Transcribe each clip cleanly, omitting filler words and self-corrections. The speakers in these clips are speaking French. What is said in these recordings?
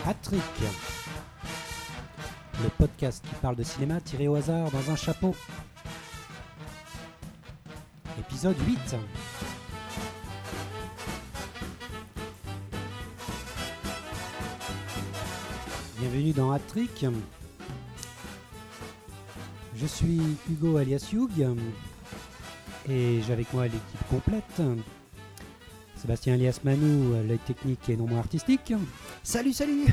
Hat-Trick, le podcast qui parle de cinéma tiré au hasard dans un chapeau. Épisode 8. Bienvenue dans Hat-Trick. Je suis Hugo alias Hugh et j'ai avec moi l'équipe complète. Sébastien alias Manou, l'œil technique et non moins artistique. Salut.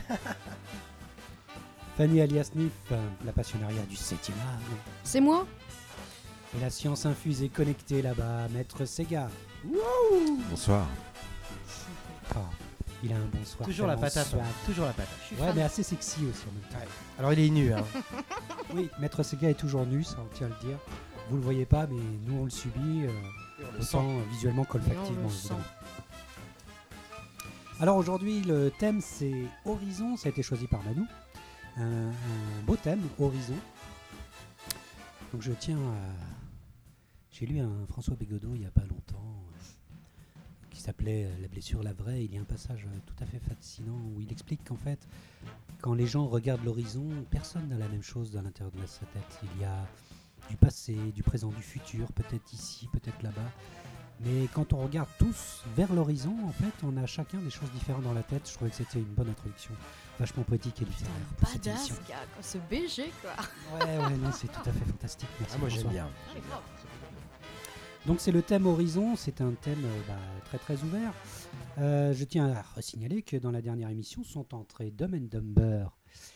Fanny alias Nif, la passionnariat du 7e art. C'est moi. Et la science infuse et connectée là-bas, Maître Sega. Bonsoir. Oh, il a un bonsoir. Toujours la tellement patate. suave. Toujours la patate. Ouais, mais assez sexy aussi en même temps. Alors il est nu. Hein. Oui, Maître Sega est toujours nu, ça on tient à le dire. Vous le voyez pas, mais nous on le subit, autant visuellement qu'olfactivement. on le Évidemment. Alors aujourd'hui, le thème c'est Horizon, ça a été choisi par Manu. Un beau thème, Horizon. Donc je tiens à... J'ai lu un François Bégodeau il n'y a pas longtemps, qui s'appelait La blessure, la vraie. Il y a un passage tout à fait fascinant où il explique qu'en fait, quand les gens regardent l'horizon, personne n'a la même chose dans l'intérieur de sa tête. Il y a du passé, du présent, du futur, peut-être ici, peut-être là-bas. Mais quand on regarde tous vers l'horizon, en fait, on a chacun des choses différentes dans la tête. Je trouvais que c'était une bonne introduction, vachement poétique et littéraire pour cette Badass, émission. gars, quoi, ce BG, quoi. Ouais, non, c'est tout à fait fantastique. Merci, Moi j'aime François. bien. Donc c'est le thème Horizon, c'est un thème très très ouvert. Je tiens à signaler que dans la dernière émission sont entrés Dumb and Dumber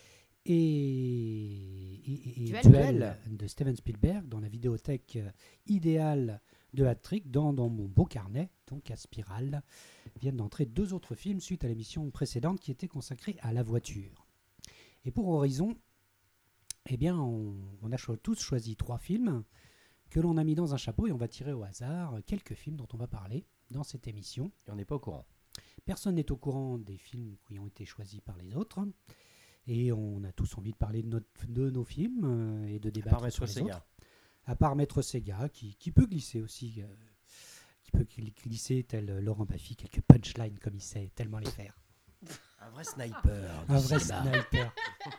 et Duel de Steven Spielberg dans la vidéothèque idéale de Hat-Trick, dans mon beau carnet, donc à Spirale, viennent d'entrer deux autres films suite à l'émission précédente qui était consacrée à la voiture. Et pour Horizon, eh bien on a tous choisi trois films que l'on a mis dans un chapeau et on va tirer au hasard quelques films dont on va parler dans cette émission. Et on n'est pas au courant. Personne n'est au courant des films qui ont été choisis par les autres et on a tous envie de parler de nos films et de débattre sur les autres. À part Maître Sega qui peut glisser aussi, qui peut glisser tel Laurent Baffy quelques punchlines comme il sait tellement les faire. Un vrai sniper. Un vrai sniper.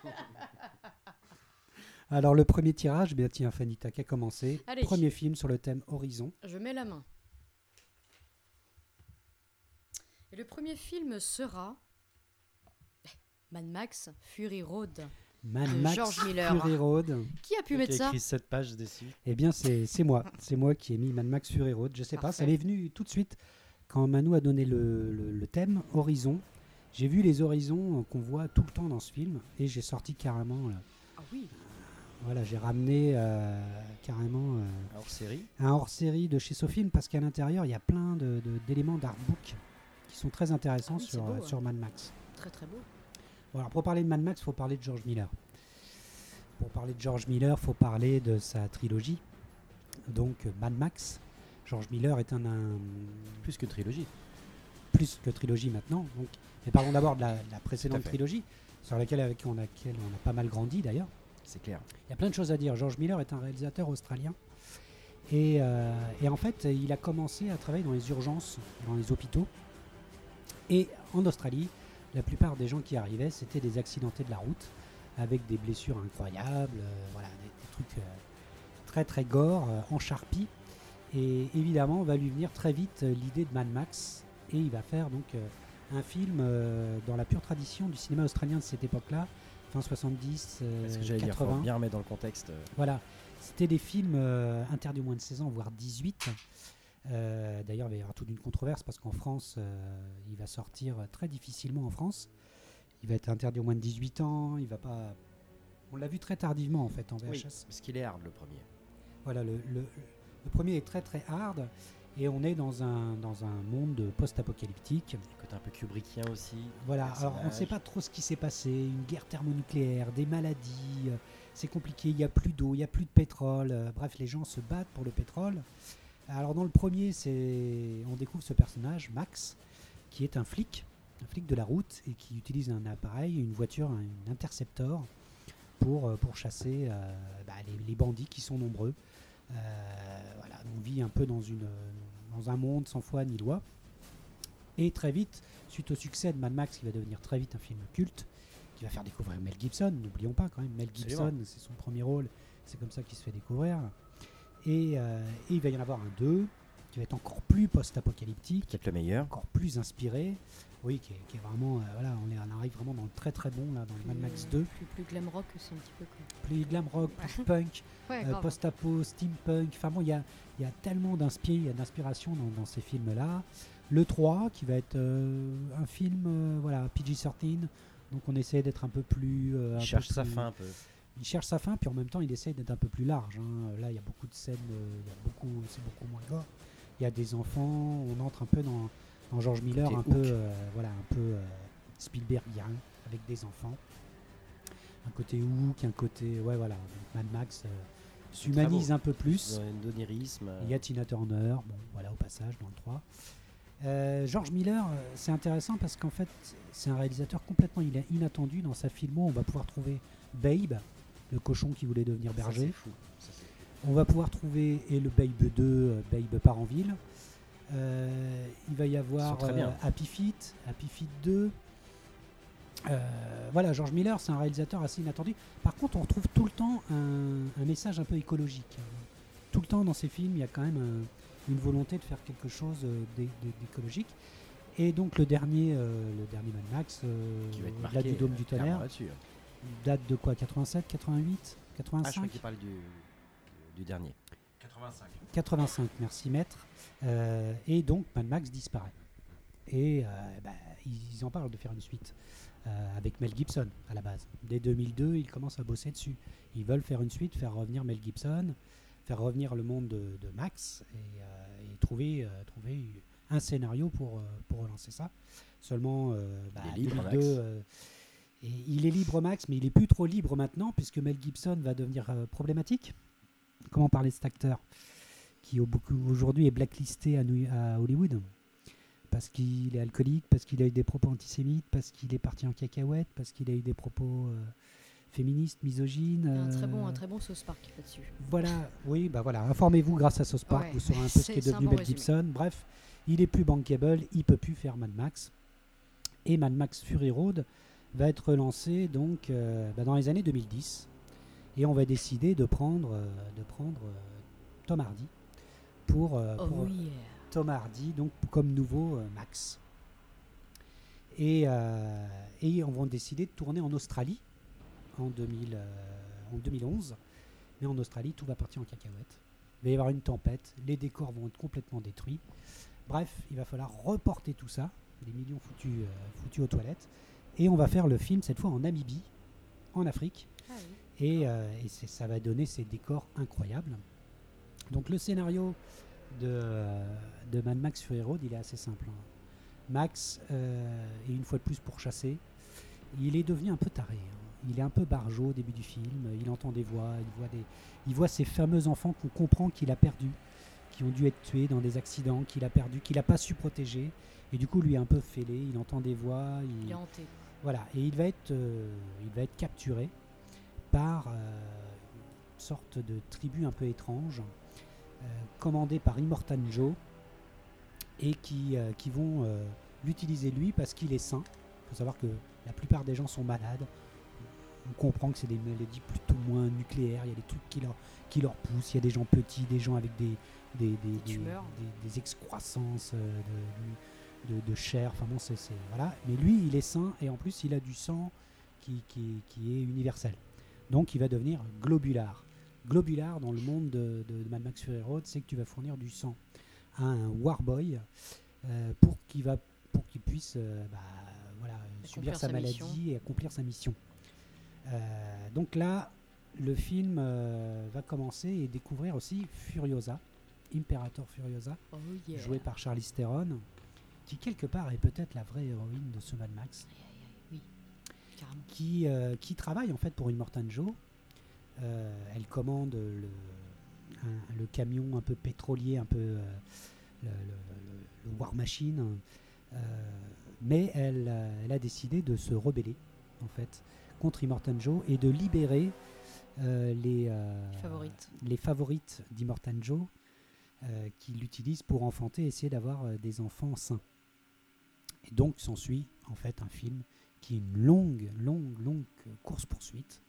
Alors le premier tirage, bien tiens Fanny, t'as qu'à commencer. Allez. Premier film sur le thème Horizon. Je mets la main. Et le premier film sera Mad Max Fury Road. Mad De Max George Miller. Fury Road. Qui a pu mettre ça? écrit 7 pages dessus. Eh bien c'est moi qui ai mis Mad Max Fury Road. Je sais pas, ça Parfait. m'est venu tout de suite quand Manu a donné le thème Horizon. J'ai vu les horizons qu'on voit tout le temps dans ce film et j'ai sorti carrément... Ah oui. Voilà, j'ai ramené carrément Hors série. un hors-série de chez Sofilm parce qu'à l'intérieur, il y a plein d'éléments d'artbook qui sont très intéressants Ah oui, c'est beau, sur Mad Max. Très très beau. Bon, alors pour parler de Mad Max, il faut parler de George Miller. Pour parler de George Miller, il faut parler de sa trilogie. Donc Mad Max, George Miller est un Plus que trilogie. plus que trilogie maintenant. Donc, mais parlons d'abord de la précédente fait. trilogie, sur laquelle on a pas mal grandi d'ailleurs. C'est clair. Il y a plein de choses à dire. George Miller est un réalisateur australien et en fait il a commencé à travailler dans les urgences, dans les hôpitaux. Et en Australie, la plupart des gens qui arrivaient, c'était des accidentés de la route avec des blessures incroyables, voilà, des trucs très très gore, en charpie. Et évidemment, va lui venir très vite l'idée de Mad Max et il va faire donc un film dans la pure tradition du cinéma australien de cette époque-là. Fin 70, C'est ce que j'allais dire. 80. Faut bien remettre dans le contexte. Voilà, c'était des films interdits aux moins de 16 ans, voire 18. D'ailleurs, il va y avoir toute une controverse parce qu'en France, il va sortir très difficilement en France. Il va être interdit aux moins de 18 ans. Il va pas. On l'a vu très tardivement en fait en VHS. Oui, parce qu'il est hard le premier. Voilà, le premier est très très hard et on est dans un monde post-apocalyptique. Côté un peu kubrickien aussi. Voilà, Personnage. alors on ne sait pas trop ce qui s'est passé, une guerre thermonucléaire, des maladies, c'est compliqué, il n'y a plus d'eau, il n'y a plus de pétrole, bref, les gens se battent pour le pétrole. Alors dans le premier, on découvre ce personnage, Max, qui est un flic de la route et qui utilise un appareil, une voiture, une Interceptor, pour chasser les bandits qui sont nombreux. Voilà, on vit un peu dans un monde sans foi ni loi. Et très vite, suite au succès de Mad Max, qui va devenir très vite un film culte, qui va faire découvrir Mel Gibson. N'oublions pas quand même, Mel Gibson, Absolument. c'est son premier rôle. C'est comme ça qu'il se fait découvrir. Et il va y en avoir un 2 qui va être encore plus post-apocalyptique, Peut-être le meilleur. encore plus inspiré. Oui, qui est vraiment, voilà, on arrive vraiment dans le très très bon là, dans le Mad Max 2. Plus glam rock aussi un petit peu. Quoi. Plus glam rock, plus punk, Ouais, grave. post-apo, steampunk. Enfin bon, il y a tellement d'inspiration dans ces films-là. Le 3 qui va être un film voilà, PG-13. Donc on essaie d'être un peu plus... Il cherche sa fin un peu. Il cherche sa fin, puis en même temps il essaie d'être un peu plus large. Là, il y a beaucoup de scènes, c'est beaucoup moins gore. Il y a des enfants, on entre un peu dans George Miller, Côté un peu, Hook. voilà, un peu Spielbergien, avec des enfants. Un côté Hook, un côté, ouais voilà, donc Mad Max s'humanise un peu plus. D'onirisme. Il y a Tina Turner, bon voilà au passage dans le 3. George Miller, c'est intéressant parce qu'en fait c'est un réalisateur complètement inattendu. Dans sa filmo, on va pouvoir trouver Babe, le cochon qui voulait devenir Ça, berger. c'est fou. Ça, c'est- On va pouvoir trouver et le Babe 2, Babe part en ville. Il va y avoir très bien. Happy Feet 2. Voilà, George Miller, c'est un réalisateur assez inattendu. Par contre, on retrouve tout le temps un message un peu écologique. Tout le temps dans ses films, il y a quand même une volonté de faire quelque chose d'écologique. Et donc le dernier Mad Max, Qui va être au-delà marqué du Dôme du clairement Tonnerre, là-dessus. date de quoi, 87, 88, Ah, je crois 85 qu'il parle du dernier. 85, merci maître. Et donc Mad Max disparaît. Et ils en parlent de faire une suite avec Mel Gibson à la base. Dès 2002, ils commencent à bosser dessus. Ils veulent faire une suite, faire revenir Mel Gibson, faire revenir le monde de Max et trouver un scénario pour relancer ça. Seulement, Il est libre, 2002, Max. et il est libre Max, mais il est plus trop libre maintenant puisque Mel Gibson va devenir problématique. Comment parler de cet acteur qui aujourd'hui est blacklisté à Hollywood parce qu'il est alcoolique, parce qu'il a eu des propos antisémites, parce qu'il est parti en cacahuète, parce qu'il a eu des propos féministes, misogynes. Il y a un très bon South Park là-dessus. Voilà, oui, bah voilà, informez-vous grâce à South Park, Ouais, vous saurez un peu ce qu'est c'est un devenu bon Mel résumé. Gibson. Bref, il est plus bankable, il peut plus faire Mad Max. Et Mad Max Fury Road va être relancé donc dans les années 2010. Et on va décider de prendre Tom Hardy pour Oh yeah. Tom Hardy donc comme nouveau Max. Et on va décider de tourner en Australie en 2011. Mais en Australie, tout va partir en cacahuète. Il va y avoir une tempête, les décors vont être complètement détruits. Bref, il va falloir reporter tout ça, des millions foutus aux toilettes. Et on va faire le film cette fois en Namibie, en Afrique. Ah oui. Et ça va donner ces décors incroyables. Donc le scénario de Mad Max Fury Road, il est assez simple. Max est une fois de plus pourchassé. Il est devenu un peu taré. Il est un peu barjot au début du film. Il entend des voix, il voit ces fameux enfants qu'on comprend qu'il a perdus, qui ont dû être tués dans des accidents, qu'il a perdus, qu'il n'a pas su protéger. Et du coup, lui est un peu fêlé. Il entend des voix. Il est hanté. Voilà. Et il va être capturé par une sorte de tribu un peu étrange, commandée par Immortan Joe, et qui vont l'utiliser lui parce qu'il est sain. Il faut savoir que la plupart des gens sont malades. On comprend que c'est des maladies plutôt moins nucléaires. Il y a des trucs qui leur poussent. Il y a des gens petits, des gens avec des tumeurs. des excroissances de chair. Enfin bon, voilà. Mais lui, il est sain et en plus, il a du sang qui est universel. Donc, il va devenir globular. Globular, dans le monde de Mad Max Fury Road, c'est que tu vas fournir du sang à un Warboy pour qu'il puisse subir sa maladie mission. et accomplir sa mission. Donc là, le film va commencer et découvrir aussi Furiosa, Imperator Furiosa, Oh yeah. joué par Charlize Theron, qui quelque part est peut-être la vraie héroïne de ce Mad Max, Oui, carrément. qui travaille en fait pour Immortan Joe. Elle commande le camion un peu pétrolier, un peu le War Machine, mais elle a décidé de se rebeller en fait contre Immortan Joe et de libérer les favorites d'Immortan Joe qui l'utilisent pour enfanter et essayer d'avoir des enfants sains. Et donc s'ensuit en fait un film qui est une longue course-poursuite.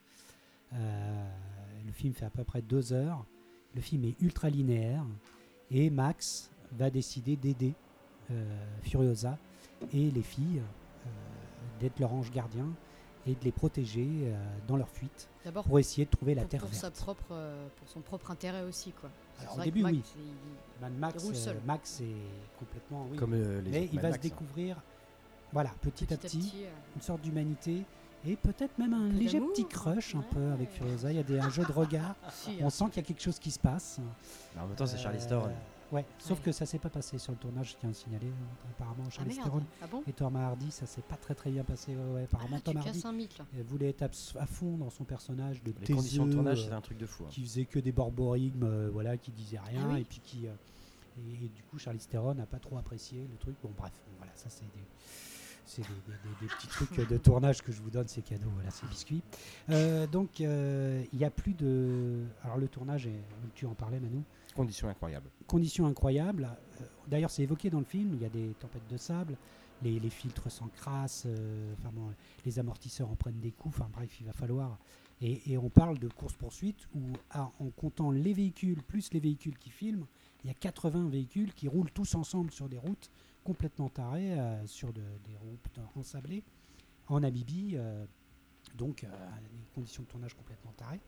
Le film fait à peu près 2 heures. Le film est ultra linéaire et Max va décider d'aider Furiosa et les filles d'être leur ange gardien et de les protéger dans leur fuite D'abord, pour essayer de trouver la Terre pour verte. pour son propre intérêt aussi, quoi. Alors, C'est au vrai début, que oui. Max, il Max, roule seul. Max est complètement... oui. Comme les Mais autres il Mad va se Max, hein. découvrir, voilà, petit à petit, euh, une sorte d'humanité et peut-être même un peu léger d'amour. petit crush un peu Ouais. avec Furiosa. Il y a un jeu de regard. si, On sent qu'il y a quelque chose qui se passe. Mais en même temps, c'est Charlize Euh, Theron. Ouais, sauf Ouais. que ça s'est pas passé sur le tournage, je tiens à le signaler. Apparemment, Ah Charlize merde. Theron Ah bon? et Tom Hardy, ça s'est pas très bien passé. Ouais, apparemment, Ah, tu Tom Hardy casses un mythe là. voulait être à fond dans son personnage de Les conditions de taiseux, tournage, c'est un truc de fou. Hein. qui faisait que des borborigmes, voilà, qui disait rien, Ah oui. et puis qui et du coup Charlize Theron n'a pas trop apprécié le truc. Bon bref, voilà, ça c'est des petits trucs de tournage que je vous donne, c'est cadeau, voilà, c'est biscuit. Donc il y a plus de, alors le tournage est, tu en parlais Manu, Conditions incroyables. conditions incroyables. D'ailleurs c'est évoqué dans le film, il y a des tempêtes de sable. Les filtres s'encrassent, enfin bon, les amortisseurs en prennent des coups, enfin bref, il va falloir. Et on parle de course-poursuite où, en comptant les véhicules plus les véhicules qui filment, il y a 80 véhicules qui roulent tous ensemble sur des routes complètement tarées, sur des routes ensablées, en Namibie, donc des conditions de tournage complètement tarées.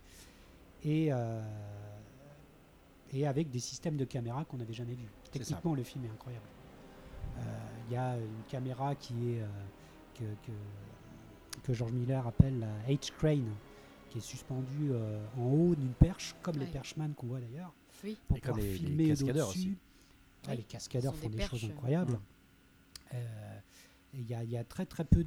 Et avec des systèmes de caméra qu'on n'avait jamais vus. C'est Techniquement, le film est incroyable. Il y a une caméra qui est que George Miller appelle la H-Crane, qui est suspendue en haut d'une perche, comme les Ouais. perchemans qu'on voit d'ailleurs, Oui. pour Et comme pouvoir les filmer cascadeurs d'au-dessus. aussi. Ouais, Oui, les cascadeurs ce sont font des des choses perches. incroyables. Il y a très peu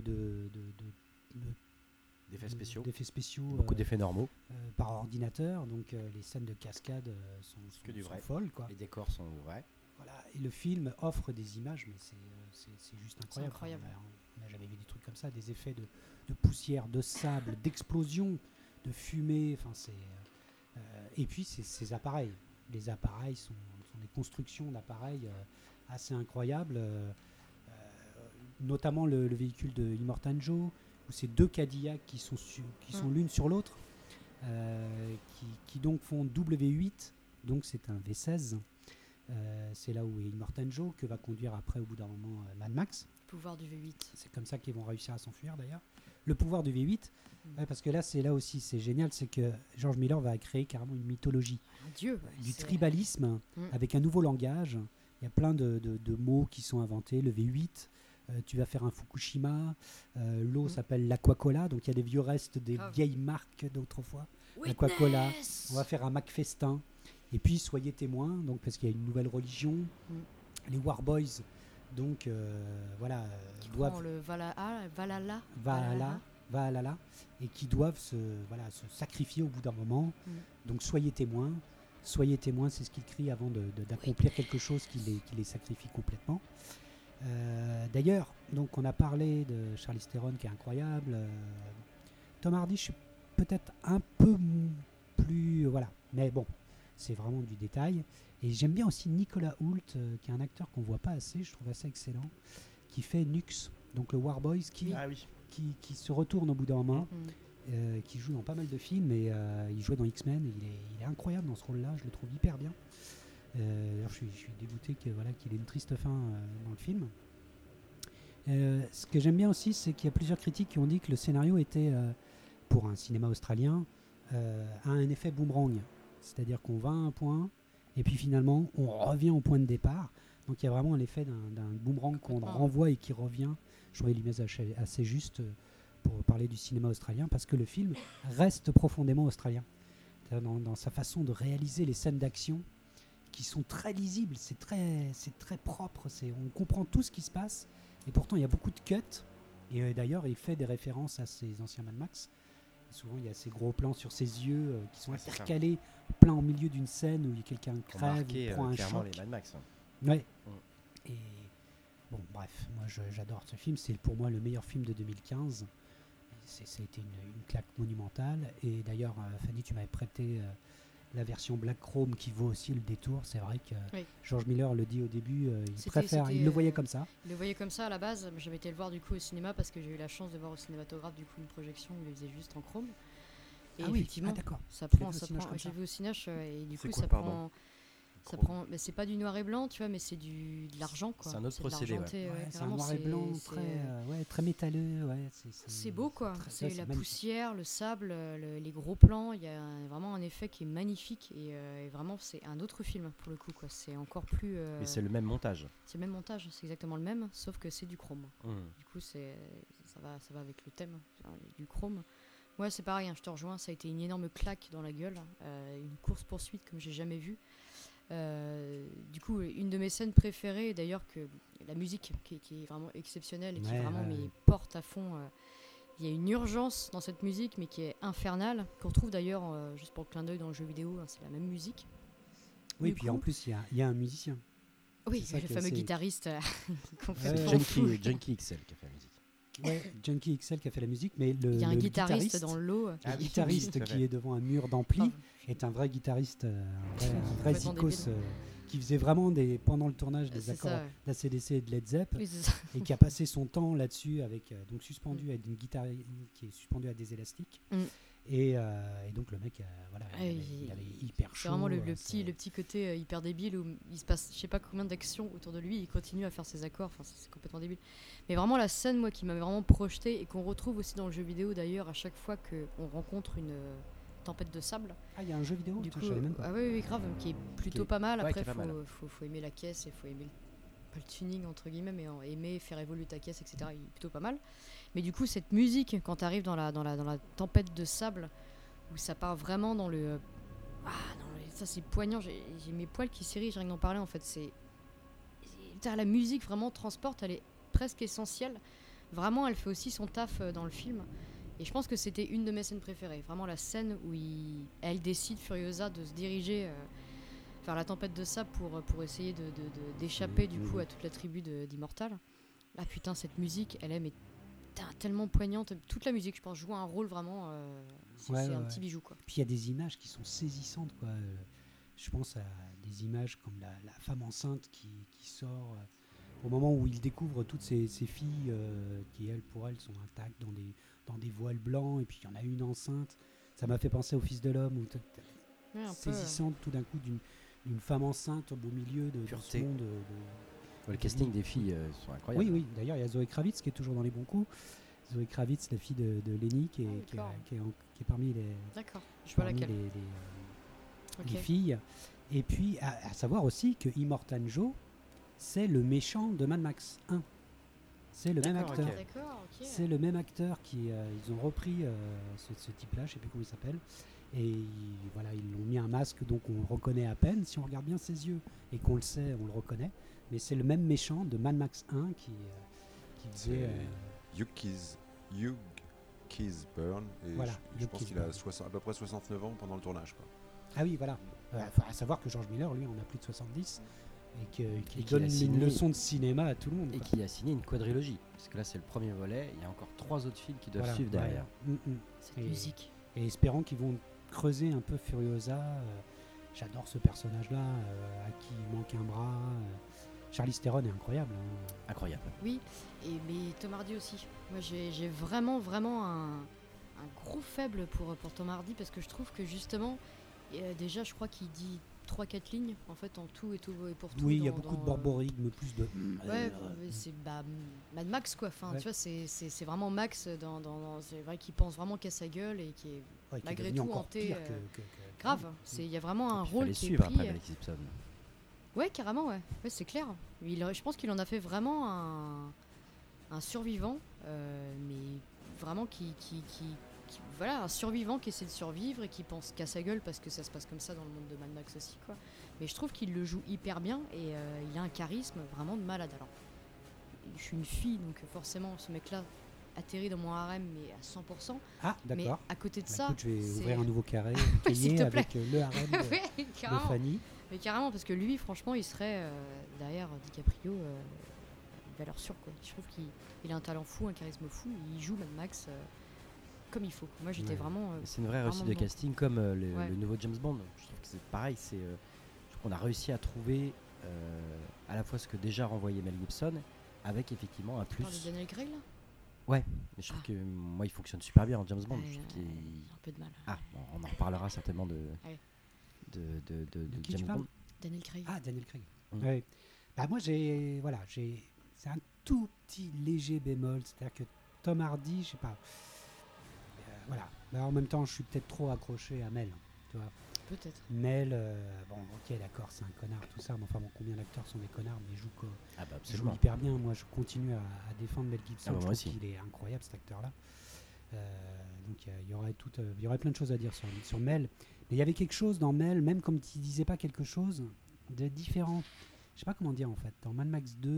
D'effets spéciaux. d'effets spéciaux Beaucoup d'effets normaux. par ordinateur, donc les scènes de cascade sont Que du vrai. folles, quoi. Les décors sont vrais. Voilà. Et le film offre des images, mais c'est juste incroyable. incroyable. On n'a jamais vu des trucs comme ça, des effets de poussière, de sable, d'explosion, de fumée. Enfin, et puis ces appareils. Les appareils sont des constructions d'appareils assez incroyables, notamment le véhicule de Immortan Joe, où c'est 2 Cadillacs qui sont l'une sur l'autre, qui donc font W8, donc c'est un V16. C'est là où est Immortan Joe, que va conduire après au bout d'un moment Mad Max. Pouvoir du V8. C'est comme ça qu'ils vont réussir à s'enfuir d'ailleurs. Le pouvoir du V8, ouais, parce que là aussi c'est génial, c'est que George Miller va créer carrément une mythologie, Un dieu. du c'est- tribalisme avec un nouveau langage. Il y a plein de mots qui sont inventés. Le V8, tu vas faire un Fukushima, l'eau s'appelle l'Aquacola, donc il y a des vieux restes des Grave. vieilles marques d'autrefois. Witness. Coca-Cola. On va faire un McFestin. Et puis soyez témoins, donc parce qu'il y a une nouvelle religion. Les War Boys, donc voilà, Qui doivent prend le Valhalla. Valhalla, et qui doivent se sacrifier au bout d'un moment. Donc soyez témoins, c'est ce qu'ils crient avant d'accomplir quelque chose qui les sacrifie complètement. D'ailleurs, donc on a parlé de Charlize Theron qui est incroyable. Tom Hardy, je suis peut-être un peu plus, voilà, mais bon, c'est vraiment du détail. Et j'aime bien aussi Nicolas Hoult, qui est un acteur qu'on voit pas assez, je trouve assez excellent, qui fait Nux, donc le War Boys, Ah oui. qui se retourne au bout d'un moment, qui joue dans pas mal de films, et il jouait dans X-Men, et il est incroyable dans ce rôle-là, je le trouve hyper bien. D'ailleurs, je suis dégoûté qu'il ait une triste fin dans le film. Ce que j'aime bien aussi, c'est qu'il y a plusieurs critiques qui ont dit que le scénario était, pour un cinéma australien, a un effet boomerang. C'est-à-dire qu'on va à un point, et puis finalement, on revient au point de départ. Donc il y a vraiment l'effet d'un boomerang qu'on renvoie et qui revient. Je trouvais l'image assez juste pour parler du cinéma australien, parce que le film reste profondément australien. Dans sa façon de réaliser les scènes d'action, qui sont très lisibles, c'est très propre, on comprend tout ce qui se passe, et pourtant il y a beaucoup de cuts, et d'ailleurs il fait des références à ses anciens Mad Max. Souvent il y a ces gros plans sur ses yeux qui sont intercalés, plein au milieu d'une scène où quelqu'un crève ou prend un clairement choc. les Mad Max. Ouais. Et bon, bref, moi j'adore ce film, c'est pour moi le meilleur film de 2015. Ça a été une claque monumentale, et d'ailleurs Fanny, tu m'avais prêté la version Black Chrome qui vaut aussi le détour. C'est vrai que Oui. George Miller le dit au début, C'était- il le voyait comme ça. Je le voyais comme ça à la base. J'avais été le voir du coup au cinéma parce que j'ai eu la chance de voir au cinématographe du coup une projection où il les faisait juste en chrome. Et Ah oui, effectivement, d'accord. ça Tu l'as prend, vu au ça Cinoche prend. comme J'ai ça. vu au Cinoche et du C'est coup quoi, ça pardon prend. Ça Chrome. prend, mais c'est pas du noir et blanc, tu vois, mais c'est de l'argent quoi. C'est un autre de procédé, ouais. l'argenté, Ouais, c'est un carrément, noir et blanc très métalleux. Ouais, c'est beau quoi. très- C'est ouais, la magnifique. poussière, le sable, les gros plans. Il y a vraiment un effet qui est magnifique et vraiment c'est un autre film pour le coup quoi. C'est encore plus. Mais c'est le même montage. C'est le même montage, c'est exactement le même, sauf que c'est du chrome. Mmh. Du coup, ça va avec le thème du chrome. Moi, c'est pareil, hein, je te rejoins, ça a été une énorme claque dans la gueule, une course-poursuite comme j'ai jamais vu. Du coup, une de mes scènes préférées, d'ailleurs, que la musique qui est vraiment exceptionnelle et qui Ouais, vraiment ouais, mais ouais. porte à fond. Il y a une urgence dans cette musique, mais qui est infernale, qu'on retrouve d'ailleurs, juste pour le clin d'œil dans le jeu vidéo, hein, c'est la même musique. Oui, Du puis coup- en plus, il y a un musicien. Oui, C'est ça le que fameux c'est- guitariste C'est complètement fou. Junkie XL qui a fait la musique. Ouais, Junkie XL qui a fait la musique, mais Il y a un le guitariste dans le lot. le Ah oui, guitariste tout à qui fait. est devant un mur d'ampli Ah, est un vrai guitariste, un vrai Complètement zikos débile. qui faisait vraiment pendant le tournage des c'est accords ça, ouais. d'ACDC et de Led Zepp Oui, c'est ça. et qui a passé son temps là-dessus avec donc suspendu à une guitare qui est suspendue à des élastiques Mm. et donc le mec voilà Ah, il avait hyper chaud. C'est vraiment le c'est- petit côté hyper débile où il se passe je sais pas combien d'actions autour de lui, il continue à faire ses accords, enfin c'est complètement débile. Mais vraiment la scène moi qui m'avait vraiment projeté et qu'on retrouve aussi dans le jeu vidéo d'ailleurs à chaque fois qu'on rencontre une tempête de sable. Ah, il y a un jeu vidéo, Du tiens, coup, je savais même pas. ah oui, grave, qui est plutôt Qui est- pas mal. ouais, Après, qui est pas mal. faut aimer la caisse et faut aimer pas le tuning entre guillemets, mais aimer faire évoluer ta caisse, etc. Il est plutôt pas mal. Mais du coup, cette musique, quand tu arrives dans la tempête de sable, où ça part vraiment dans le. Ça c'est poignant, j'ai mes poils qui s'irrigent rien que d'en parler en fait. La musique vraiment transporte, elle est presque essentielle. Vraiment, elle fait aussi son taf dans le film. Et je pense que c'était une de mes scènes préférées. Vraiment la scène où elle décide, Furiosa, de se diriger vers la tempête de sable pour essayer d'échapper du coup à toute la tribu d'Immortal. Ah putain, cette musique, elle est mais tellement poignante. Toute la musique, je pense, joue un rôle vraiment. C'est un petit bijou quoi. Puis il y a des images qui sont saisissantes quoi. Je pense à des images comme la femme enceinte qui sort au moment où il découvre toutes ces filles qui pour elles sont intactes dans des voiles blancs et puis il y en a une enceinte. Ça m'a fait penser au Fils de l'homme où Ouais, un peu, saisissante tout d'un coup d'une femme enceinte au beau milieu de ce Pureté. monde. Le casting des filles sont incroyables. Oui, d'ailleurs il y a Zoé Kravitz qui est toujours dans les bons coups. Zoé Kravitz, la fille de Lenny qui est, d'accord. qui est parmi les, D'accord, je vois parmi laquelle. les Ok. filles. Et puis à savoir aussi que Immortan Joe, c'est le méchant de Mad Max 1. C'est le même D'accord, acteur. ok. D'accord, ok. C'est le même acteur qui ils ont repris ce type-là, je sais plus comment il s'appelle. Et voilà, ils l'ont mis un masque, donc on le reconnaît à peine. Si on regarde bien ses yeux et qu'on le sait, on le reconnaît. Mais c'est le même méchant de Mad Max 1 qui faisait. Hugh Keays-Byrne. Et Voilà, je Hugh pense qu'il a Keays-Byrne. à peu près 69 ans pendant le tournage. Quoi. Ah oui, voilà. Faut à savoir que George Miller, lui, en a plus de 70 et qu'il qu'il donne a une signé- leçon de cinéma à tout le monde. Et quoi. qui a signé une quadrilogie. Parce que là, c'est le premier volet. Il y a encore 3 autres films qui doivent Voilà, suivre derrière. ouais. Cette Et- musique. Et espérons qu'ils vont creuser un peu Furiosa. J'adore ce personnage-là, à qui il manque un bras. Charlize Theron est incroyable. Hein. Incroyable. Oui, mais Tom Hardy aussi. Moi, j'ai vraiment un gros faible pour Tom Hardy parce que je trouve que justement, déjà, je crois qu'il dit 3-4 lignes en fait en tout et pour tout. Oui, il y a dans- beaucoup de dans, borborigme, plus de. Ouais, c'est Mad Max quoi. Enfin, Ouais. tu vois, c'est vraiment Max c'est vrai qu'il pense vraiment qu'à sa gueule et qui est Ouais, qui est malgré devenu tout encore hanté, pire que grave. Il y a vraiment un Il rôle fallait qui est suivre pris. après Mel Gibson. Ouais, carrément, ouais. Ouais, c'est clair. Je pense qu'il en a fait vraiment un survivant, mais vraiment voilà, un survivant qui essaie de survivre et qui pense qu'à sa gueule parce que ça se passe comme ça dans le monde de Mad Max aussi, quoi. Mais je trouve qu'il le joue hyper bien et il a un charisme vraiment de malade. Alors, je suis une fille, donc forcément, ce mec-là atterrit dans mon harem, mais à 100%. Ah, Mais d'accord. à côté de Bah, ça, écoute, je vais c'est- ouvrir un nouveau carré Oui, s'il cahier te plaît. avec le harem Ouais, de carrément. Fanny. Mais carrément, parce que lui, franchement, il serait derrière DiCaprio, valeur sûre, quoi. Je trouve qu'il a un talent fou, un charisme fou. Il joue Mad Max comme il faut. Moi, j'étais Ouais. vraiment. C'est une vraie réussite de Vraiment bon. casting comme Ouais. le nouveau James Bond. Je trouve que c'est pareil. Je trouve qu'on a réussi à trouver à la fois ce que déjà renvoyait Mel Gibson, avec effectivement un Tu parles de plus. Daniel Craig là Mais je trouve que moi, il fonctionne super bien en James Bond. Ouais, Je trouve qu'il- j'ai un peu de mal. Ah, bon, on en reparlera certainement de, Ouais. de qui tu James parles Bond. Daniel Craig. Ah, Daniel Craig. Mm. Ouais. Bah, moi, c'est un tout petit léger bémol. C'est-à-dire que Tom Hardy, je sais pas. Voilà. Bah, en même temps, je suis peut-être trop accroché à Mel. Tu vois. Peut-être. Mel, bon, ok, d'accord, c'est un connard, tout ça. Mais enfin, bon, combien d'acteurs sont des connards, mais Ah bah il joue absolument. hyper bien. Moi, je continue à défendre Mel Gibson. Ah bah, je moi trouve aussi. qu'il est incroyable, cet acteur-là. Donc, il y aurait plein de choses à dire sur Mel. Mais il y avait quelque chose dans Mel, même comme tu disais pas quelque chose de différent. Je sais pas comment dire en fait. Dans Mad Max 2,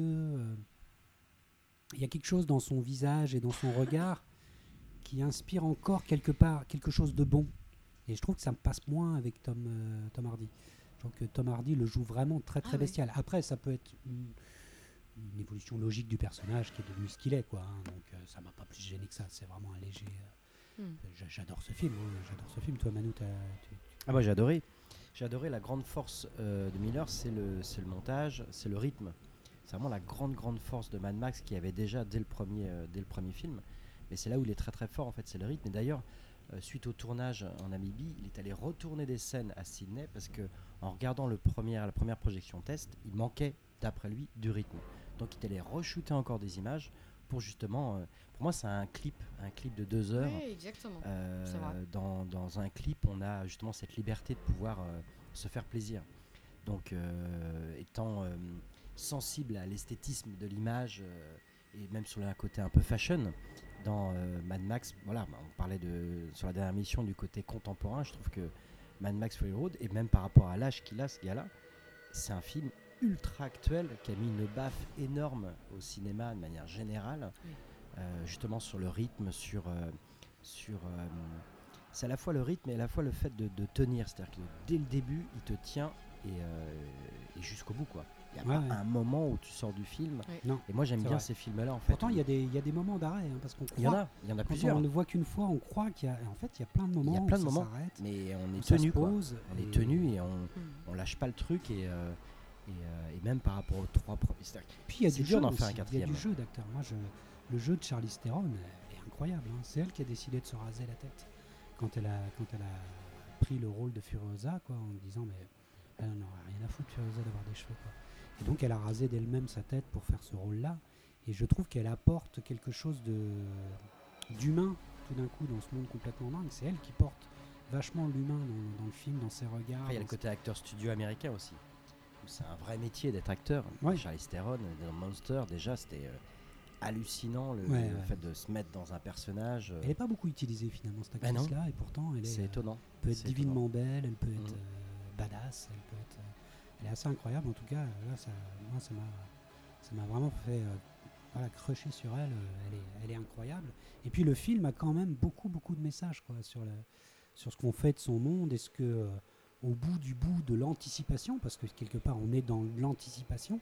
il y a quelque chose dans son visage et dans son regard qui inspire encore quelque part quelque chose de bon. Et je trouve que ça me passe moins avec Tom Hardy. Je trouve que Tom Hardy le joue vraiment très Ah oui. bestial. Après, ça peut être une évolution logique du personnage qui est devenu ce qu'il est, quoi. Hein. Donc ça m'a pas plus gêné que ça. C'est vraiment un léger. J'adore ce film. Hein. J'adore ce film. Toi, Manu, Ah bah j'ai adoré. J'ai adoré. La grande force de Miller, c'est le montage, c'est le rythme. C'est vraiment la grande force de Mad Max qui avait déjà dès le premier film. Mais c'est là où il est très fort en fait, c'est le rythme. Et d'ailleurs, suite au tournage en Namibie, il est allé retourner des scènes à Sydney parce que en regardant la première projection test, il manquait d'après lui du rythme. Donc il est allé re-shooter encore des images pour justement. Pour moi, c'est un clip de 2 heures. Oui, exactement. C'est vrai. Dans un clip, on a justement cette liberté de pouvoir se faire plaisir. Donc, étant sensible à l'esthétisme de l'image et même sur un côté un peu fashion, dans Mad Max, voilà, on parlait sur la dernière mission du côté contemporain. Je trouve que Mad Max Fury Road, et même par rapport à l'âge qu'il a, ce gars-là, c'est un film ultra actuel qui a mis une baffe énorme au cinéma de manière générale. Oui. Justement sur le rythme, c'est à la fois le rythme et à la fois le fait de tenir, c'est-à-dire que dès le début il te tient et jusqu'au bout quoi. Il n'y a Ouais, pas ouais. un moment où tu sors du film. Ouais. Non. Et moi j'aime C'est bien vrai. ces films-là en fait. Pourtant, il y a des moments d'arrêt, hein, parce qu'on il y en croit. a Quand plusieurs. on ne voit qu'une fois, on croit qu'il y a. En fait, il y a plein de moments. Il y a plein où de ça moments, s'arrête, mais on où est ça tenu se quoi. pose, On et- est tenu et Mm. on lâche pas le truc et même par rapport aux 3 premiers. Puis il y a C'est du dur jeu d'en faire un aussi. Il y a quatrième. du jeu d'acteur. Le jeu de Charlize Theron est incroyable. Hein. C'est elle qui a décidé de se raser la tête quand elle a pris le rôle de Furiosa, quoi, en disant mais elle n'en a rien à foutre Furiosa d'avoir des cheveux, quoi. Et donc elle a rasé d'elle-même sa tête pour faire ce rôle-là. Et je trouve qu'elle apporte quelque chose d'humain tout d'un coup dans ce monde complètement dingue. C'est elle qui porte vachement l'humain dans le film, dans ses regards. Après, il y a le dans côté acteur studio américain aussi. Où c'est un vrai métier d'être acteur. Ouais. Charlize Theron, dans Monster, déjà, c'était hallucinant le Ouais. fait de se mettre dans un personnage. Elle n'est pas beaucoup utilisée finalement cette Bah non. actrice-là, et pourtant elle C'est étonnant. peut être C'est divinement belle, elle peut être Mhm. badass, elle est assez incroyable en tout cas. Là, moi, ça m'a vraiment fait crusher sur elle. Elle est incroyable. Et puis le film a quand même beaucoup de messages quoi, sur ce qu'on fait de son monde et ce que au bout de l'anticipation, parce que quelque part on est dans l'anticipation.